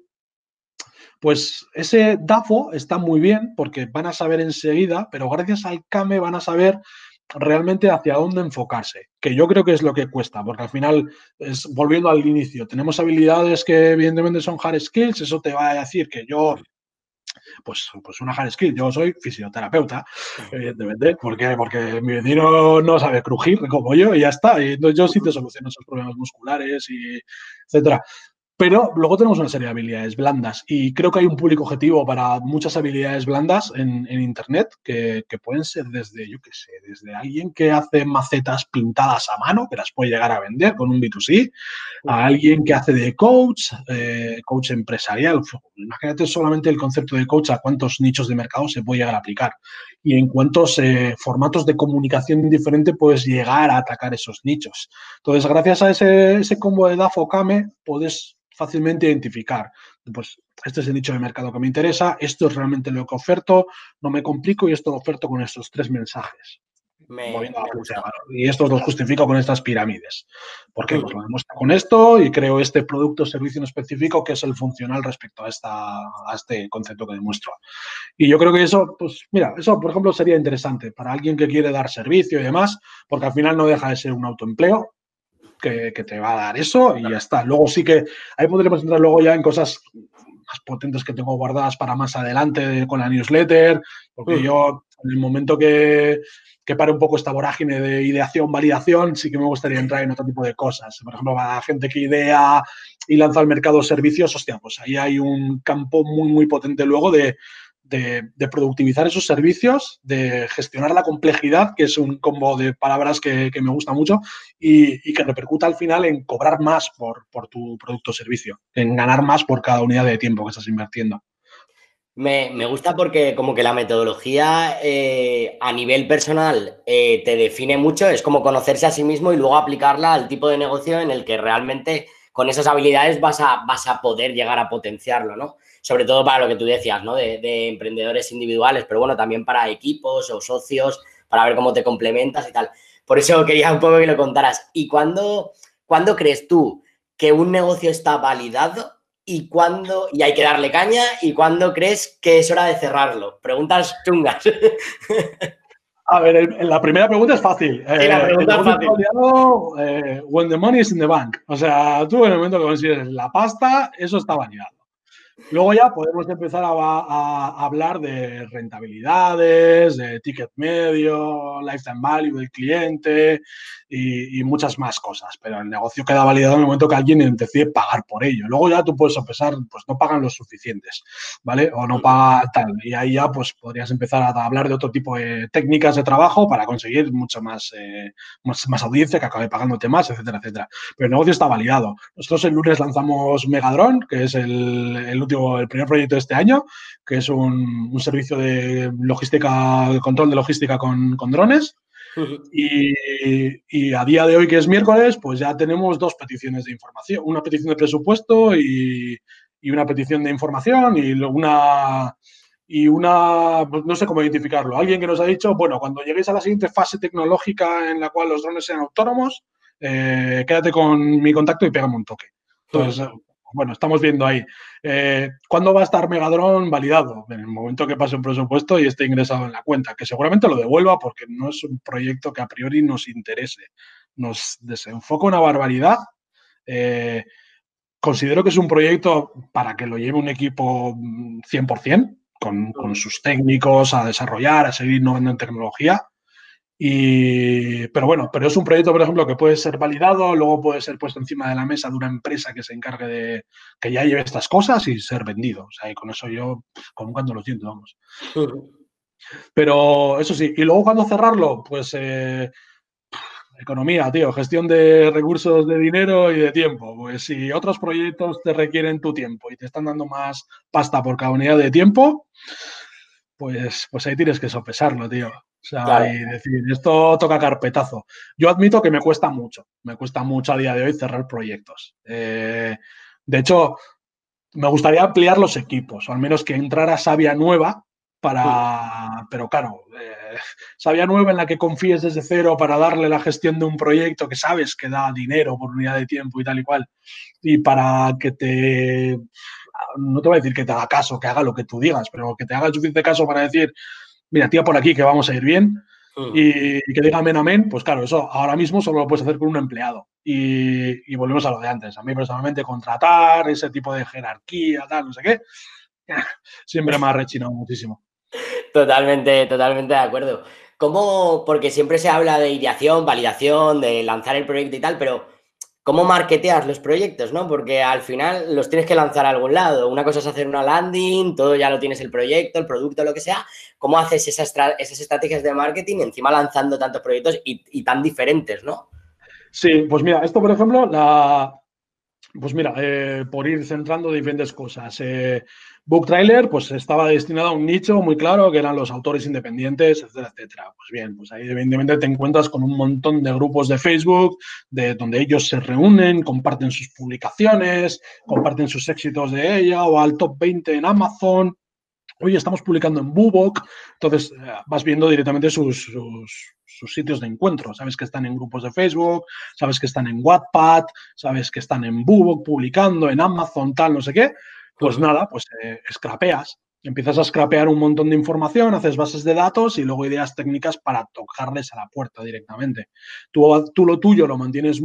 pues ese DAFO está muy bien porque van a saber enseguida, pero gracias al CAME van a saber realmente hacia dónde enfocarse, que yo creo que es lo que cuesta, porque al final, volviendo al inicio, tenemos habilidades que evidentemente son hard skills, eso te va a decir que yo, pues una hard skill, yo soy fisioterapeuta, evidentemente, ¿por qué? Porque mi vecino no sabe crujir como yo y ya está, y entonces yo sí te soluciono esos problemas musculares y etcétera. Pero luego tenemos una serie de habilidades blandas y creo que hay un público objetivo para muchas habilidades blandas en Internet que pueden ser desde, yo qué sé, desde alguien que hace macetas pintadas a mano, que las puede llegar a vender con un B2C, a alguien que hace de coach, coach empresarial. Imagínate solamente el concepto de coach, a cuántos nichos de mercado se puede llegar a aplicar y en cuántos formatos de comunicación diferente puedes llegar a atacar esos nichos. Entonces, gracias a ese combo de DAFO CAME, puedes fácilmente identificar, pues este es el nicho de mercado que me interesa, esto es realmente lo que oferto, no me complico y esto lo oferto con estos 3 mensajes. Me gusta. Y estos los justifico con estas pirámides. ¿Por qué? Pues lo demuestro con esto y creo este producto o servicio en específico que es el funcional respecto a este concepto que demuestro. Y yo creo que eso, pues mira, eso por ejemplo sería interesante para alguien que quiere dar servicio y demás, porque al final no deja de ser un autoempleo, que te va a dar eso y ya está. Luego sí que ahí podremos entrar luego ya en cosas más potentes que tengo guardadas para más adelante con la newsletter, porque yo en el momento que pare un poco esta vorágine de ideación, validación, sí que me gustaría entrar en otro tipo de cosas. Por ejemplo, para la gente que idea y lanza al mercado servicios, hostia, pues ahí hay un campo muy, muy potente luego de productivizar esos servicios, de gestionar la complejidad, que es un combo de palabras que me gusta mucho, y que repercuta al final en cobrar más por tu producto o servicio, en ganar más por cada unidad de tiempo que estás invirtiendo. Me gusta porque como que la metodología a nivel personal te define mucho, es como conocerse a sí mismo y luego aplicarla al tipo de negocio en el que realmente con esas habilidades vas a poder llegar a potenciarlo, ¿no? Sobre todo para lo que tú decías, ¿no? De emprendedores individuales, pero bueno, también para equipos o socios, para ver cómo te complementas y tal. Por eso quería un poco que lo contaras. ¿Y cuándo crees tú que un negocio está validado? Y hay que darle caña, ¿y cuándo crees que es hora de cerrarlo? Preguntas chungas. A ver, la primera pregunta es fácil. Sí, la pregunta es fácil. When the money is in the bank. O sea, tú en el momento que consigues la pasta, eso está validado. Luego ya podemos empezar a hablar de rentabilidades, de ticket medio, lifetime value del cliente y muchas más cosas. Pero el negocio queda validado en el momento que alguien decide pagar por ello. Luego ya tú puedes sopesar, pues no pagan los suficientes, ¿vale? O no paga tal. Y ahí ya pues podrías empezar a hablar de otro tipo de técnicas de trabajo para conseguir mucho más audiencia que acabe pagándote más, etcétera, etcétera. Pero el negocio está validado. Nosotros el lunes lanzamos Megadrone, que es el primer proyecto de este año, que es un servicio de logística, control de logística con drones. Y a día de hoy, que es miércoles, pues ya tenemos 2 peticiones de información, una petición de presupuesto y una petición de información y una, pues no sé cómo identificarlo. Alguien que nos ha dicho, bueno, cuando lleguéis a la siguiente fase tecnológica en la cual los drones sean autónomos, quédate con mi contacto y pégame un toque. Entonces, bueno, estamos viendo ahí. ¿Cuándo va a estar Megadrone validado? En el momento que pase un presupuesto y esté ingresado en la cuenta, que seguramente lo devuelva porque no es un proyecto que a priori nos interese. Nos desenfoca una barbaridad. Considero que es un proyecto para que lo lleve un equipo 100%, con sus técnicos a desarrollar, a seguir innovando en tecnología. Pero bueno, pero es un proyecto, por ejemplo, que puede ser validado, luego puede ser puesto encima de la mesa de una empresa que se encargue de que ya lleve estas cosas y ser vendido. O sea, y con eso yo, como cuando lo siento, vamos. Pero eso sí, y luego cuando cerrarlo, pues economía, tío, gestión de recursos de dinero y de tiempo. Pues si otros proyectos te requieren tu tiempo y te están dando más pasta por cada unidad de tiempo, pues ahí tienes que sopesarlo, tío. O sea, Claro. y decir, esto toca carpetazo. Yo admito que me cuesta mucho a día de hoy cerrar proyectos. De hecho, me gustaría ampliar los equipos, o al menos que entrara savia nueva para, pero claro, savia nueva en la que confíes desde cero para darle la gestión de un proyecto que sabes que da dinero por unidad de tiempo y tal y cual, y para que te, no te voy a decir que te haga caso, que haga lo que tú digas, pero que te haga el suficiente caso para decir, mira, tía, por aquí que vamos a ir bien, y que diga amén, amén, pues claro, eso ahora mismo solo lo puedes hacer con un empleado. Y volvemos a lo de antes. A mí personalmente contratar, ese tipo de jerarquía, tal, no sé qué, siempre me ha rechinado muchísimo. Totalmente, totalmente de acuerdo. ¿Cómo? Porque siempre se habla de ideación, validación, de lanzar el proyecto y tal, pero ¿cómo marketeas los proyectos, no? Porque al final los tienes que lanzar a algún lado. Una cosa es hacer una landing, todo ya lo tienes el proyecto, el producto, lo que sea. ¿Cómo haces esas estrategias de marketing encima lanzando tantos proyectos y tan diferentes, no? Sí, pues mira, esto por ejemplo, pues mira, por ir centrando diferentes cosas. Book Trailer, pues estaba destinado a un nicho muy claro, que eran los autores independientes, etcétera, etcétera. Pues bien, pues ahí evidentemente te encuentras con un montón de grupos de Facebook, de donde ellos se reúnen, comparten sus publicaciones, comparten sus éxitos de ella, o al top 20 en Amazon. Oye, estamos publicando en Bubok, entonces vas viendo directamente sus sitios de encuentro. Sabes que están en grupos de Facebook, sabes que están en Wattpad, sabes que están en Bubok publicando, en Amazon, tal, no sé qué. Pues nada, pues scrapeas. Empiezas a scrapear un montón de información, haces bases de datos y luego ideas técnicas para tocarles a la puerta directamente. Tú lo tuyo lo mantienes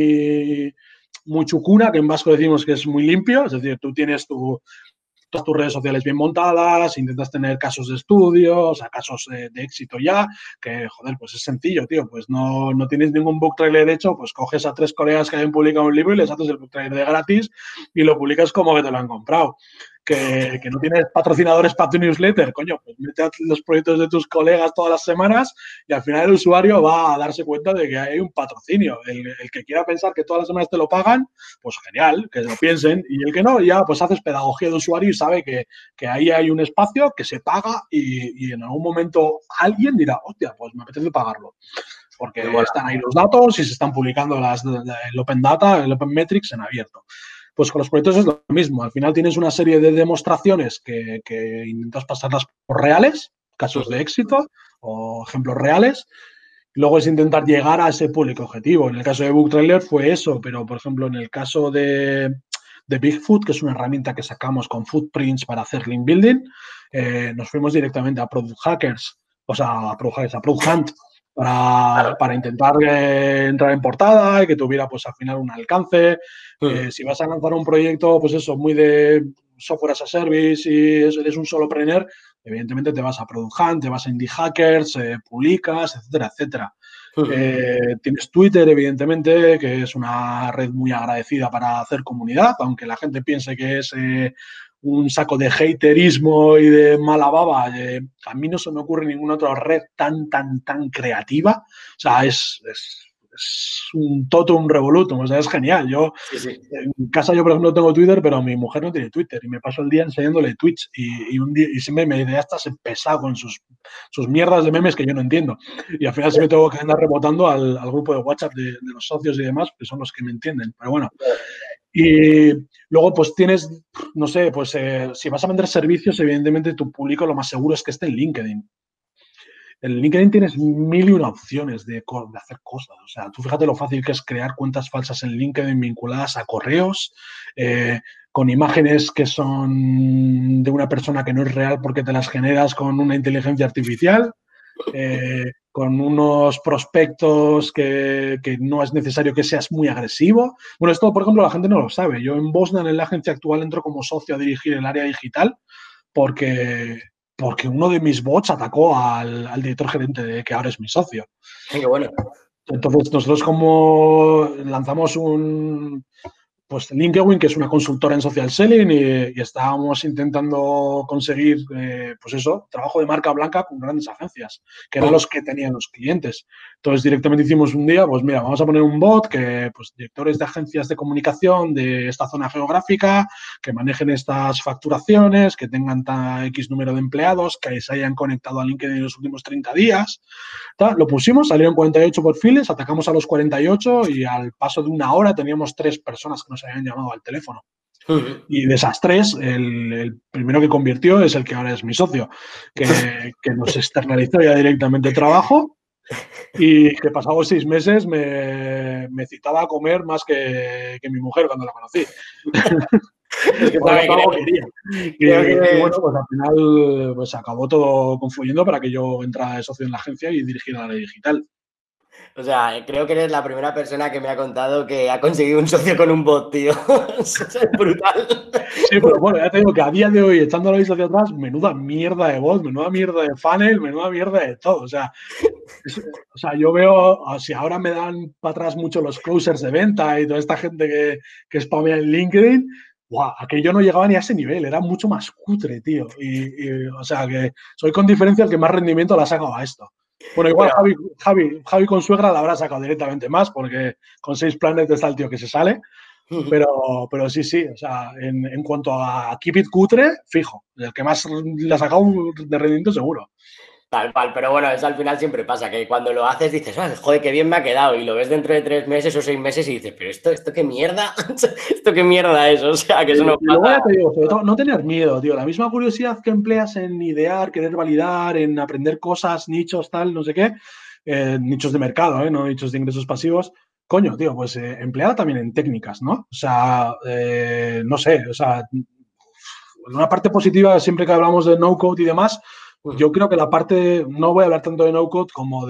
muy chucuna, que en vasco decimos que es muy limpio, es decir, tú tienes todas tus redes sociales bien montadas, intentas tener casos de estudio, o sea, casos de éxito ya, que, joder, pues es sencillo, tío, pues no tienes ningún book trailer hecho, pues coges a 3 colegas que hayan publicado un libro y les haces el book trailer de gratis y lo publicas como que te lo han comprado. Que no tienes patrocinadores para tu newsletter, coño, pues mete los proyectos de tus colegas todas las semanas y al final el usuario va a darse cuenta de que hay un patrocinio. El que quiera pensar que todas las semanas te lo pagan, pues genial, que lo piensen. Y el que no, ya pues haces pedagogía de usuario y sabe que ahí hay un espacio que se paga y en algún momento alguien dirá, hostia, pues me apetece pagarlo. Porque están ahí los datos y se están publicando el Open Data, el Open Metrics en abierto. Pues con los proyectos es lo mismo. Al final tienes una serie de demostraciones que intentas pasarlas por reales, casos de éxito o ejemplos reales. Luego es intentar llegar a ese público objetivo. En el caso de Book Trailer fue eso, pero por ejemplo en el caso de Bigfoot, que es una herramienta que sacamos con Footprints para hacer link building, nos fuimos directamente a Product Hackers, o sea, a Product Hunt, para intentar entrar en portada y que tuviera pues al final un alcance. Si vas a lanzar un proyecto, pues eso, muy de software as a service y eres un solopreneur, evidentemente te vas a Product Hunt, te vas a Indie Hackers, publicas, etcétera, etcétera. Tienes Twitter, evidentemente, que es una red muy agradecida para hacer comunidad, aunque la gente piense que es un saco de haterismo y de mala baba. A mí no se me ocurre ninguna otra red tan creativa. O sea, es un totum revolutum, o sea, es genial. Yo, Sí, sí. en casa yo, por ejemplo, tengo Twitter, pero mi mujer no tiene Twitter y me paso el día enseñándole tweets y siempre me dice, ya estás pesado con sus mierdas de memes que yo no entiendo. Y al final siempre tengo que andar rebotando al grupo de WhatsApp de los socios y demás, que son los que me entienden. Pero bueno, y luego, pues tienes, no sé, pues si vas a vender servicios, evidentemente tu público lo más seguro es que esté en LinkedIn. En LinkedIn tienes mil y una opciones de hacer cosas. O sea, tú fíjate lo fácil que es crear cuentas falsas en LinkedIn vinculadas a correos, con imágenes que son de una persona que no es real porque te las generas con una inteligencia artificial. Con unos prospectos que no es necesario que seas muy agresivo. Bueno, esto, por ejemplo, la gente no lo sabe. Yo en Bosnan, en la agencia actual, entro como socio a dirigir el área digital porque porque uno de mis bots atacó al director gerente de que ahora es mi socio. Qué bueno. Entonces, nosotros como lanzamos pues LinkedIn, que es una consultora en social selling, y estábamos intentando conseguir, pues eso, trabajo de marca blanca con grandes agencias, que eran los que tenían los clientes. Entonces, directamente hicimos un día, pues mira, vamos a poner un bot que, pues, directores de agencias de comunicación de esta zona geográfica, que manejen estas facturaciones, que tengan X número de empleados, que se hayan conectado a LinkedIn en los últimos 30 días. Lo pusimos, salieron 48 perfiles, atacamos a los 48 y al paso de una hora teníamos 3 personas que nos habían llamado al teléfono. Y de esas 3, el primero que convirtió es el que ahora es mi socio, que nos externalizó ya directamente el trabajo y que pasados 6 meses me citaba a comer más que mi mujer cuando la conocí. Es que Porque creo, algo quería. creo Y que bueno, pues al final pues acabó todo confluyendo para que yo entrara de socio en la agencia y dirigiera la área digital. O sea, creo que eres la primera persona que me ha contado que ha conseguido un socio con un bot, tío. Eso es brutal. Sí, pero bueno, ya te digo que a día de hoy, echando la vista hacia atrás, menuda mierda de bot, menuda mierda de funnel, menuda mierda de todo. O sea, yo veo, si ahora me dan para atrás mucho los closers de venta y toda esta gente que spamea en LinkedIn, ¡guau! Aquello no llegaba ni a ese nivel, era mucho más cutre, tío. O sea, que soy con diferencia el que más rendimiento le ha sacado a esto. Bueno, igual Pero, Javi con suegra la habrá sacado directamente más, porque con 6 planes está el tío que se sale. Pero sí, o sea, en cuanto a Keep It Cutre, fijo, el que más le ha sacado de rendimiento seguro. tal cual, pero bueno, eso al final siempre pasa, que cuando lo haces dices, "Ah, joder, qué bien me ha quedado", y lo ves dentro de 3 meses o 6 meses y dices, pero esto qué mierda, esto qué mierda es, o sea, que eso no Y luego pasa. ya te digo, sobre todo, no tener miedo, tío. La misma curiosidad que empleas en idear, querer validar, en aprender cosas, nichos, tal, no sé qué, nichos de mercado, no nichos de ingresos pasivos. Coño, tío, pues empleada también en técnicas, ¿no? O sea, no sé, o sea, una parte positiva, siempre que hablamos de no-code y demás, yo creo que la parte, no voy a hablar tanto de no-code como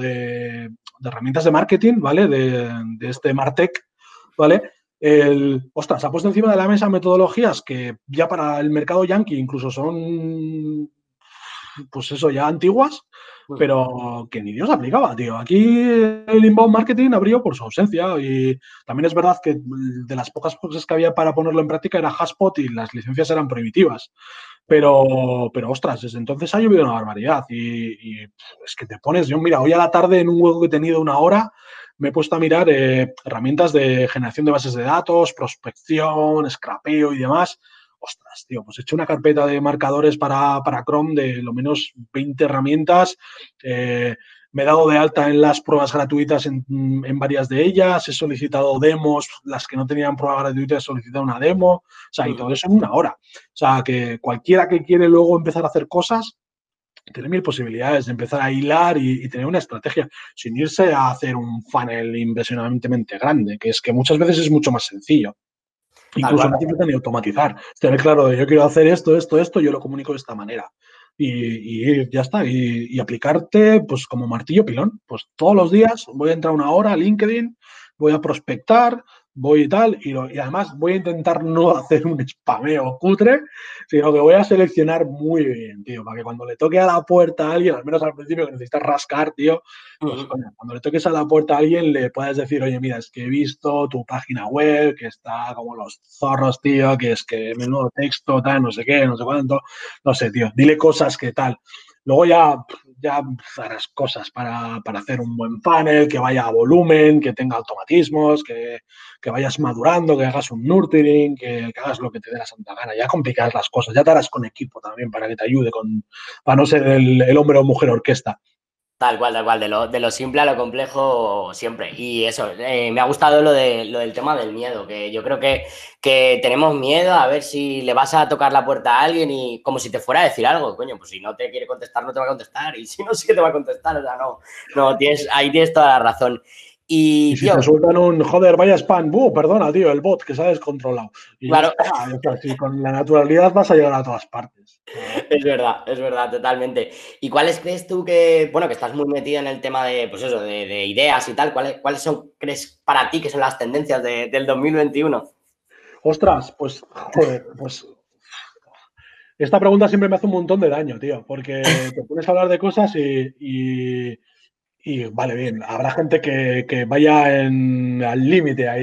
de herramientas de marketing, ¿vale? De este Martech, ¿vale? Ostras, ha puesto encima de la mesa metodologías que ya para el mercado yankee incluso son, pues eso, ya antiguas, pero que ni Dios aplicaba, tío. Aquí el inbound marketing abrió por su ausencia y también es verdad que de las pocas cosas que había para ponerlo en práctica era Hotspot y las licencias eran prohibitivas. Pero ostras, desde entonces ha llovido una barbaridad y es que te pones, yo mira, hoy a la tarde en un hueco que he tenido una hora me he puesto a mirar herramientas de generación de bases de datos, prospección, scrapeo y demás. Ostras, tío, pues he hecho una carpeta de marcadores para Chrome de lo menos 20 herramientas. Me he dado de alta en las pruebas gratuitas en varias de ellas. He solicitado demos, las que no tenían prueba gratuita he solicitado una demo. O sea, y todo eso en una hora. O sea, que cualquiera que quiere luego empezar a hacer cosas, tiene mil posibilidades de empezar a hilar y tener una estrategia, sin irse a hacer un funnel impresionantemente grande, que es que muchas veces es mucho más sencillo. Tal Incluso cual. no tiene que ni automatizar. Tener claro de yo quiero hacer esto, yo lo comunico de esta manera. Y ya está. Y aplicarte pues como martillo pilón. Pues todos los días voy a entrar una hora a LinkedIn, voy a prospectar, voy y tal. Y además voy a intentar no hacer un spameo cutre, sino que voy a seleccionar muy bien, tío, para que cuando le toque a la puerta a alguien, al menos al principio que necesitas rascar, tío, pues coño, cuando le toques a la puerta a alguien le puedes decir, oye, mira, es que he visto tu página web, que está como los zorros, tío, que es que menudo texto, tal, no sé qué, no sé cuánto, no sé, tío, dile cosas que tal. Luego ya harás cosas para hacer un buen funnel, que vaya a volumen, que tenga automatismos, que vayas madurando, que hagas un nurturing, que hagas lo que te dé la santa gana. Ya complicarás las cosas, ya te harás con equipo también para que te ayude, para no ser el hombre o mujer orquesta. Tal cual, de lo simple a lo complejo siempre. Y eso, me ha gustado lo del tema del miedo, que yo creo que tenemos miedo a ver si le vas a tocar la puerta a alguien y como si te fuera a decir algo, coño, pues si no te quiere contestar, no te va a contestar, y si no, sí que te va a contestar, o sea, no, ahí tienes toda la razón. Y Y, si te tío, sueltan un, joder, vaya spam, perdona, tío, el bot que se ha descontrolado. Y ya claro, está. O sea, si con la naturalidad vas a llegar a todas partes. es verdad, totalmente. ¿Y cuáles crees tú que, bueno, que estás muy metido en el tema de, pues eso, de ideas y tal, cuáles son, crees para ti que son las tendencias del 2021? Ostras, pues, joder, pues esta pregunta siempre me hace un montón de daño, tío, porque te pones a hablar de cosas y vale, bien, habrá gente que vaya al límite ahí,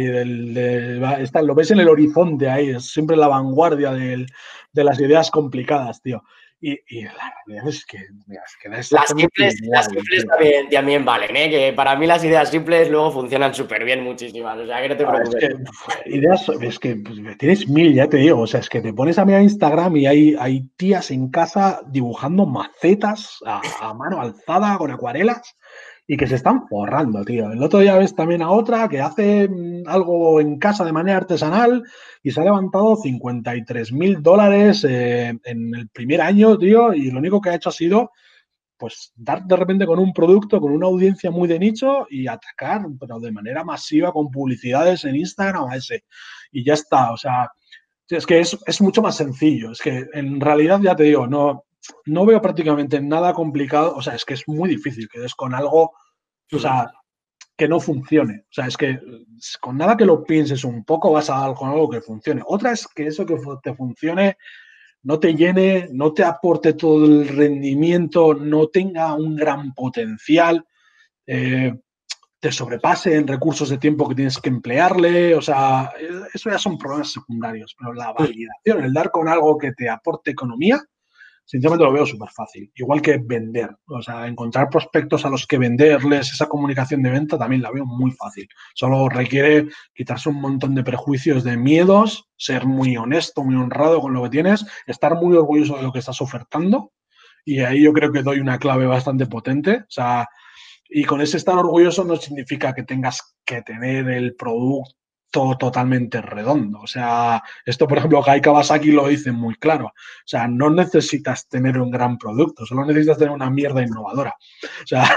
lo ves en el horizonte ahí, es siempre la vanguardia de las ideas complicadas, tío. Y la realidad es que, mira, es que da exactamente Las igual, simples tío. también valen, ¿eh? Que para mí las ideas simples luego funcionan súper bien muchísimas, o sea que no te Es preocupes. que ideas, es que pues, tienes mil, ya te digo. O sea, es que te pones a mirar Instagram y hay tías en casa dibujando macetas a mano alzada con acuarelas y que se están forrando, tío. El otro día ves también a otra que hace algo en casa de manera artesanal y se ha levantado $53.000 en el primer año, tío, y lo único que ha hecho ha sido pues dar de repente con un producto, con una audiencia muy de nicho y atacar, pero de manera masiva con publicidades en Instagram a ese. Y ya está, o sea, es que es mucho más sencillo. Es que en realidad, ya te digo, no veo prácticamente nada complicado. O sea, es que es muy difícil que des con algo, o sea, que no funcione. O sea, es que con nada que lo pienses un poco vas a dar con algo que funcione. Otra es que eso que te funcione no te llene, no te aporte todo el rendimiento, no tenga un gran potencial, eh, te sobrepase en recursos de tiempo que tienes que emplearle, o sea, eso ya son problemas secundarios, pero la validación, el dar con algo que te aporte economía, sinceramente lo veo súper fácil. Igual que vender, o sea, encontrar prospectos a los que venderles, esa comunicación de venta también la veo muy fácil. Solo requiere quitarse un montón de prejuicios, de miedos, ser muy honesto, muy honrado con lo que tienes, estar muy orgulloso de lo que estás ofertando. Y ahí yo creo que doy una clave bastante potente. O sea, y con ese estar orgulloso no significa que tengas que tener el producto totalmente redondo. O sea, esto, por ejemplo, Guy Kawasaki lo dice muy claro. O sea, no necesitas tener un gran producto, solo necesitas tener una mierda innovadora. O sea,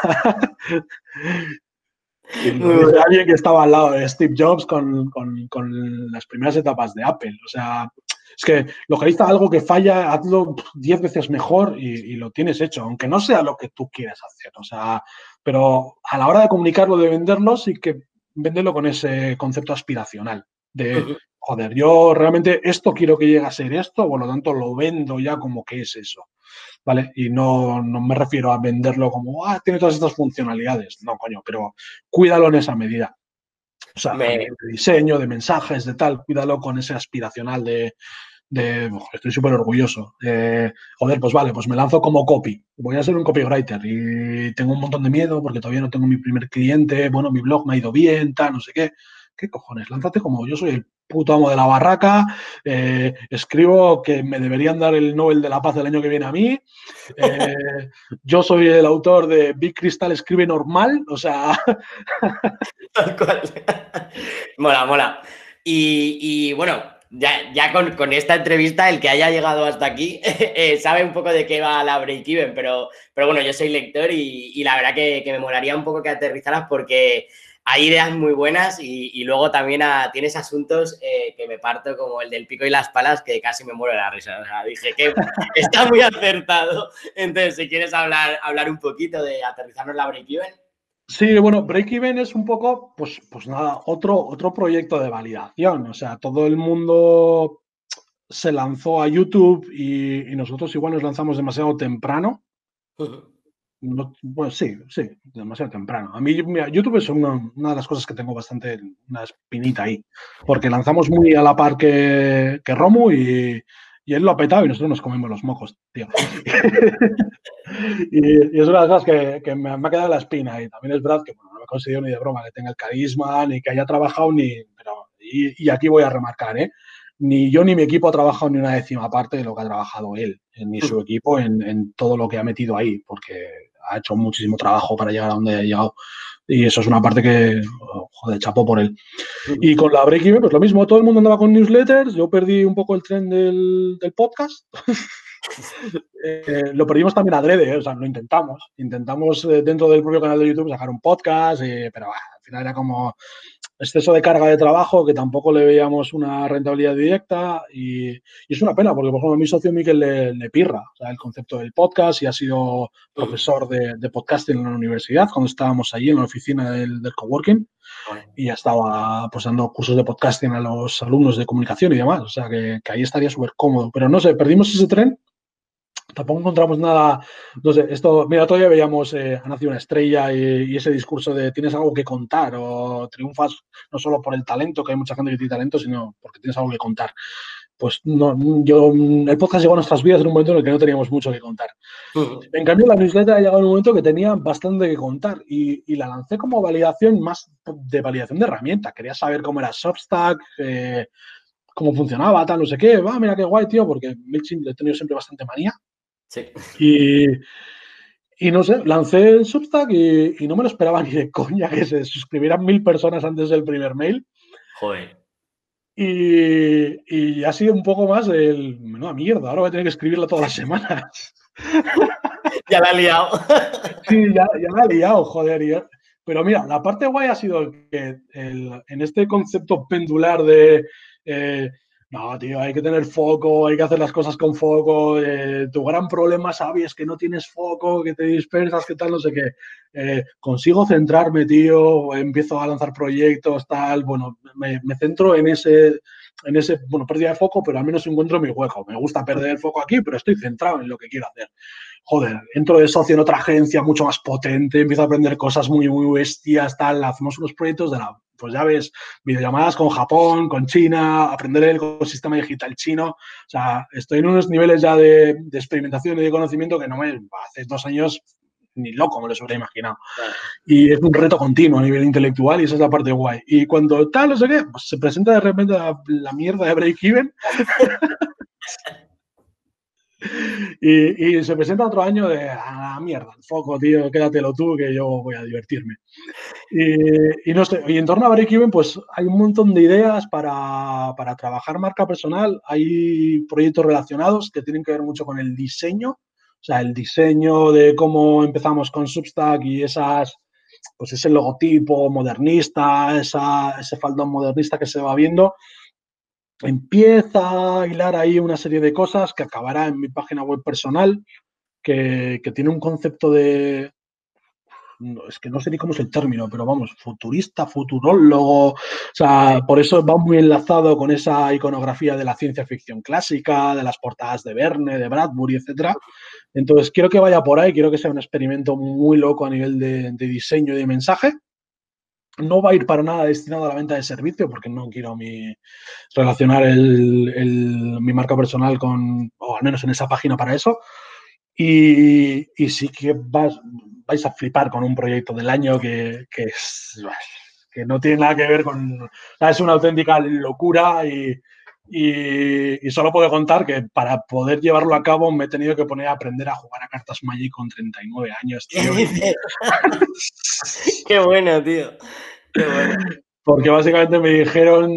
y lo Muy dice bueno. alguien que estaba al lado de Steve Jobs con las primeras etapas de Apple. O sea, es que localiza algo que falla, hazlo 10 veces mejor y lo tienes hecho, aunque no sea lo que tú quieres hacer. O sea, pero a la hora de comunicarlo, de venderlo, sí que venderlo con ese concepto aspiracional de, joder, yo realmente esto quiero que llegue a ser esto, por lo tanto lo vendo ya como que es eso. ¿Vale? Y no me refiero a venderlo como, tiene todas estas funcionalidades. No, coño, pero cuídalo en esa medida. O sea, a Me, nivel de diseño, de mensajes, de tal, cuídalo con ese aspiracional estoy súper orgulloso. Joder, pues vale, pues me lanzo como copy. Voy a ser un copywriter y tengo un montón de miedo porque todavía no tengo mi primer cliente. Bueno, mi blog me ha ido bien, tal, no sé qué. ¿Qué cojones? Lánzate como yo soy el puto amo de la barraca. Escribo que me deberían dar el Nobel de la Paz el año que viene a mí. Eh, yo soy el autor de Big Crystal escribe normal. O sea, Tal cual. Mola, mola. Y bueno, ya con esta entrevista, el que haya llegado hasta aquí sabe un poco de qué va la break-even, pero bueno, yo soy lector y la verdad que me molaría un poco que aterrizaras porque hay ideas muy buenas y luego también tienes asuntos que me parto como el del pico y las palas que casi me muero de la risa. O sea, dije que está muy acertado. Entonces, si quieres hablar un poquito de aterrizarnos la break-even. sí, bueno, Break-Even es un poco, pues nada, otro proyecto de validación. O sea, todo el mundo se lanzó a YouTube y nosotros igual nos lanzamos demasiado temprano. No, bueno, sí, demasiado temprano. A mí, mira, YouTube es una de las cosas que tengo bastante, una espinita ahí, porque lanzamos muy a la par que Romu y él lo ha petado y nosotros nos comemos los mocos, tío. Y es una de las cosas que me ha quedado la espina. Y también es verdad que bueno, no me considero ni de broma que tenga el carisma, ni que haya trabajado, y aquí voy a remarcar, ¿eh? Ni yo ni mi equipo ha trabajado ni una décima parte de lo que ha trabajado él, ni su equipo en todo lo que ha metido ahí, porque ha hecho muchísimo trabajo para llegar a donde ha llegado. Y eso es una parte que, joder, chapó por él. Y con la Break-Even, pues lo mismo, todo el mundo andaba con newsletters, yo perdí un poco el tren del podcast. Lo perdimos también adrede, o sea, lo intentamos. Intentamos dentro del propio canal de YouTube sacar un podcast, pero al final era como exceso de carga de trabajo que tampoco le veíamos una rentabilidad directa y es una pena porque, por ejemplo, a mi socio Miquel le pirra, o sea, el concepto del podcast y ha sido profesor de podcasting en la universidad cuando estábamos allí en la oficina del coworking y ya estaba pues dando cursos de podcasting a los alumnos de comunicación y demás, o sea, que ahí estaría súper cómodo, pero no sé, perdimos ese tren tampoco encontramos nada, no sé, esto, mira, todavía veíamos Ha nacido una estrella y ese discurso de tienes algo que contar o triunfas no solo por el talento, que hay mucha gente que tiene talento, sino porque tienes algo que contar. Pues no, el podcast llegó a nuestras vidas en un momento en el que no teníamos mucho que contar. En cambio, la newsletter ha llegado en un momento que tenía bastante que contar y la lancé como validación, más de validación de herramienta. Quería saber cómo era Substack, cómo funcionaba, tal, no sé qué. Va, mira qué guay, tío, porque MailChimp le he tenido siempre bastante manía. Sí. Y no sé, lancé el Substack y no me lo esperaba ni de coña que se suscribieran 1000 personas antes del primer mail. Joder. Y ha sido un poco más el, menuda mierda, ahora voy a tener que escribirla todas las semanas. Ya la he liado. Sí, ya la he liado, joder. Pero mira, la parte guay ha sido que en este concepto pendular de no, tío, hay que tener foco, hay que hacer las cosas con foco. Tu gran problema, Xavi, es que no tienes foco, que te dispersas, que tal, no sé qué. Consigo centrarme, tío, empiezo a lanzar proyectos, tal. Bueno, me centro en ese, bueno, pérdida de foco, pero al menos encuentro mi hueco. Me gusta perder el foco aquí, pero estoy centrado en lo que quiero hacer. Joder, entro de socio en otra agencia mucho más potente, empiezo a aprender cosas muy, muy bestias, tal, hacemos unos proyectos de pues ya ves, videollamadas con Japón, con China, aprender el ecosistema digital chino, o sea, estoy en unos niveles ya de experimentación y de conocimiento que no me, hace 2 años ni loco me lo hubiera imaginado. Y es un reto continuo a nivel intelectual y esa es la parte guay. Y cuando tal, no sé qué, pues se presenta de repente la mierda de Break-Even y se presenta otro año de mierda, el foco, tío, quédatelo tú que yo voy a divertirme. Y no sé, y en torno a Break-Even, pues hay un montón de ideas para trabajar marca personal. Hay proyectos relacionados que tienen que ver mucho con el diseño, o sea, el diseño de cómo empezamos con Substack y pues ese logotipo modernista, ese faldón modernista que se va viendo. Empieza a hilar ahí una serie de cosas que acabará en mi página web personal, que tiene un concepto de, no, es que no sé ni cómo es el término, pero vamos, futurista, futurólogo, o sea, por eso va muy enlazado con esa iconografía de la ciencia ficción clásica, de las portadas de Verne, de Bradbury, etcétera. Entonces, quiero que vaya por ahí, quiero que sea un experimento muy loco a nivel de diseño y de mensaje. No va a ir para nada destinado a la venta de servicio, porque no quiero relacionar mi marca personal con, o al menos en esa página para eso. Y sí que vais a flipar con un proyecto del año que no tiene nada que ver con... O sea, es una auténtica locura y solo puedo contar que para poder llevarlo a cabo me he tenido que poner a aprender a jugar a cartas Magic con 39 años, tío. Qué bueno, tío. Qué bueno. Porque básicamente me dijeron,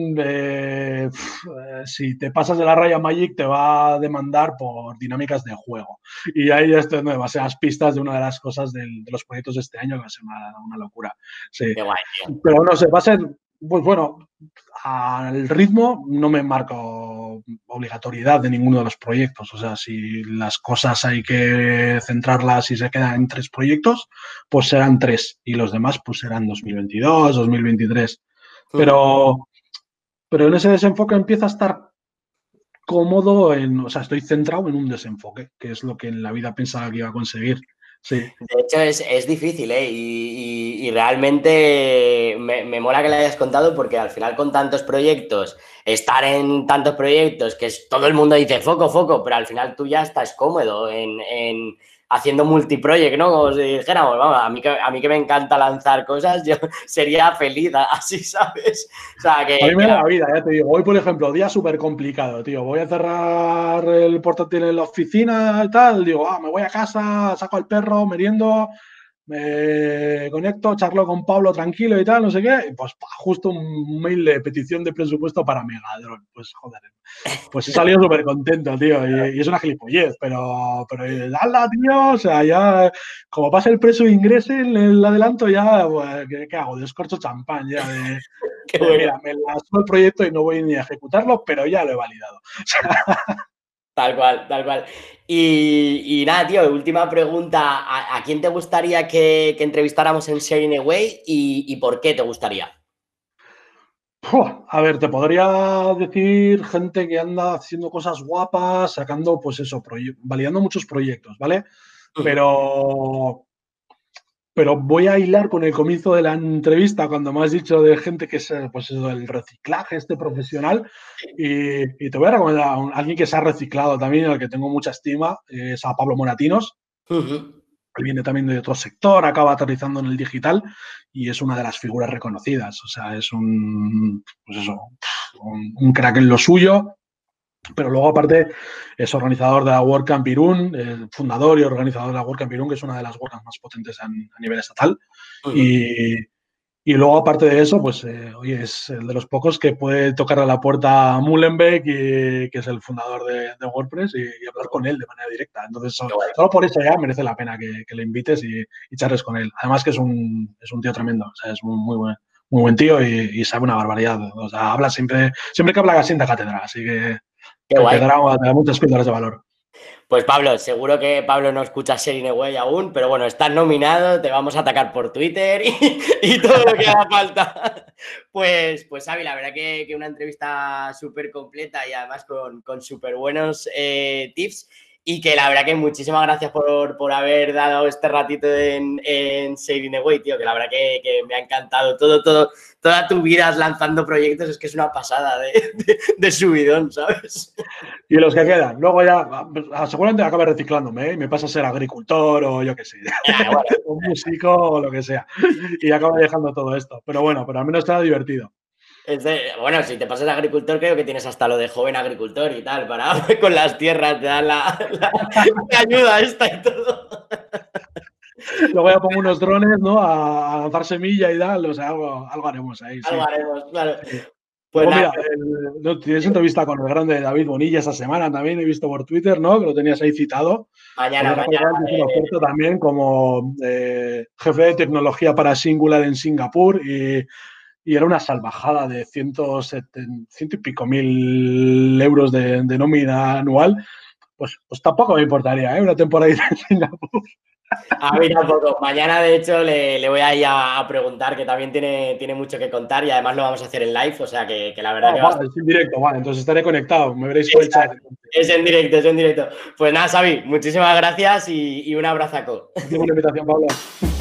si te pasas de la raya Magic te va a demandar por dinámicas de juego. Y ahí ya estoy dando demasiadas pistas de una de las cosas de los proyectos de este año que va a ser una locura. Sí. Qué guay, tío. Pero no sé, va a ser, pues bueno, al ritmo no me marco obligatoriedad de ninguno de los proyectos. O sea, si las cosas hay que centrarlas y se quedan en 3 proyectos, pues serán 3. Y los demás pues serán 2022, 2023. Pero en ese desenfoque empieza a estar cómodo o sea, estoy centrado en un desenfoque, que es lo que en la vida pensaba que iba a conseguir. Sí. De hecho, es difícil, ¿eh? Y realmente me mola que le hayas contado porque al final con tantos proyectos, estar en tantos proyectos, todo el mundo dice foco, foco, pero al final tú ya estás cómodo en haciendo multiproject, ¿no? Como si dijéramos, vamos, a mí que me encanta lanzar cosas, yo sería feliz así, ¿sabes? O sea, A mí me que da la vida, ya te digo. Hoy, por ejemplo, día súper complicado, tío. Voy a cerrar el portátil en la oficina y tal. Digo, me voy a casa, saco al perro, meriendo, me conecto, charlo con Pablo tranquilo y tal, no sé qué. Y pues justo un mail de petición de presupuesto para Megadron. Pues joder, pues he salido súper contento, tío. Y es una gilipollez, pero ¡hala, tío! O sea, ya, como pasa el precio de ingrese, el adelanto, ya, pues, ¿qué hago? Descorcho champán ya qué bueno. mira, me lanzo el proyecto y no voy ni a ejecutarlo, pero ya lo he validado. Tal cual, tal cual. Y nada, tío, última pregunta. ¿A quién te gustaría que entrevistáramos en Sharing Away y por qué te gustaría? A ver, te podría decir gente que anda haciendo cosas guapas, sacando, pues eso, validando muchos proyectos, ¿vale? Pero voy a hilar con el comienzo de la entrevista cuando me has dicho de gente que es, pues eso, el reciclaje profesional. Y te voy a recomendar a alguien que se ha reciclado también, al que tengo mucha estima, es a Pablo Moratinos. Él viene también de otro sector, acaba aterrizando en el digital y es una de las figuras reconocidas. O sea, es pues eso, un crack en lo suyo. Pero luego, aparte, es organizador de la WordCamp Irún, fundador y organizador de la WordCamp Irún, que es una de las WordCamps más potentes a nivel estatal. Y luego, aparte de eso, pues, oye, es el de los pocos que puede tocar a la puerta a Mullenbeck, que es el fundador de WordPress, y hablar con él de manera directa. Entonces, solo por eso ya merece la pena que le invites y charles con él. Además que es un tío tremendo, o sea, es muy buen tío y sabe una barbaridad. O sea, habla siempre que habla asienta cátedra, así que te dará muchas píldoras de valor. Pues Pablo, seguro que Pablo no escucha Sharing Away aún, pero bueno, estás nominado, te vamos a atacar por Twitter y todo lo que haga falta. Pues Xavi, la verdad que una entrevista súper completa y además con súper buenos tips. Y que la verdad que muchísimas gracias por haber dado este ratito en Sharing Away, tío, que la verdad que me ha encantado toda tu vida lanzando proyectos, es que es una pasada de subidón, ¿sabes? Y los que quedan, luego ya, seguramente acabe reciclándome, ¿eh? Y me pasa a ser agricultor o yo qué sé, Bueno. un músico o lo que sea. Y acabo dejando todo esto. Pero bueno, al menos está divertido. Bueno, si te pasas a agricultor, creo que tienes hasta lo de joven agricultor y tal, para con las tierras, te dan la ayuda esta y todo. Luego ya pongo unos drones, ¿no? A lanzar semilla y tal, o sea, algo haremos ahí, sí. Algo haremos, claro. Pues luego, mira, ¿no? Tienes entrevista con el grande David Bonilla esta semana también, he visto por Twitter, ¿no? Que lo tenías ahí citado. Mañana. Una oferta también como jefe de tecnología para Singular en Singapur y era una salvajada de 100 y pico mil euros de nómina anual. Pues tampoco me importaría, ¿eh? Una temporada en Singapur. A mí tampoco. Mañana, de hecho, le voy a ir a preguntar, que también tiene mucho que contar y además lo vamos a hacer en live, o sea que la verdad que va a Vale, es en directo, vale, entonces estaré conectado, me veréis por el chat. Es en directo. Pues nada, Xavi, muchísimas gracias y un abrazaco. Una invitación, Pablo.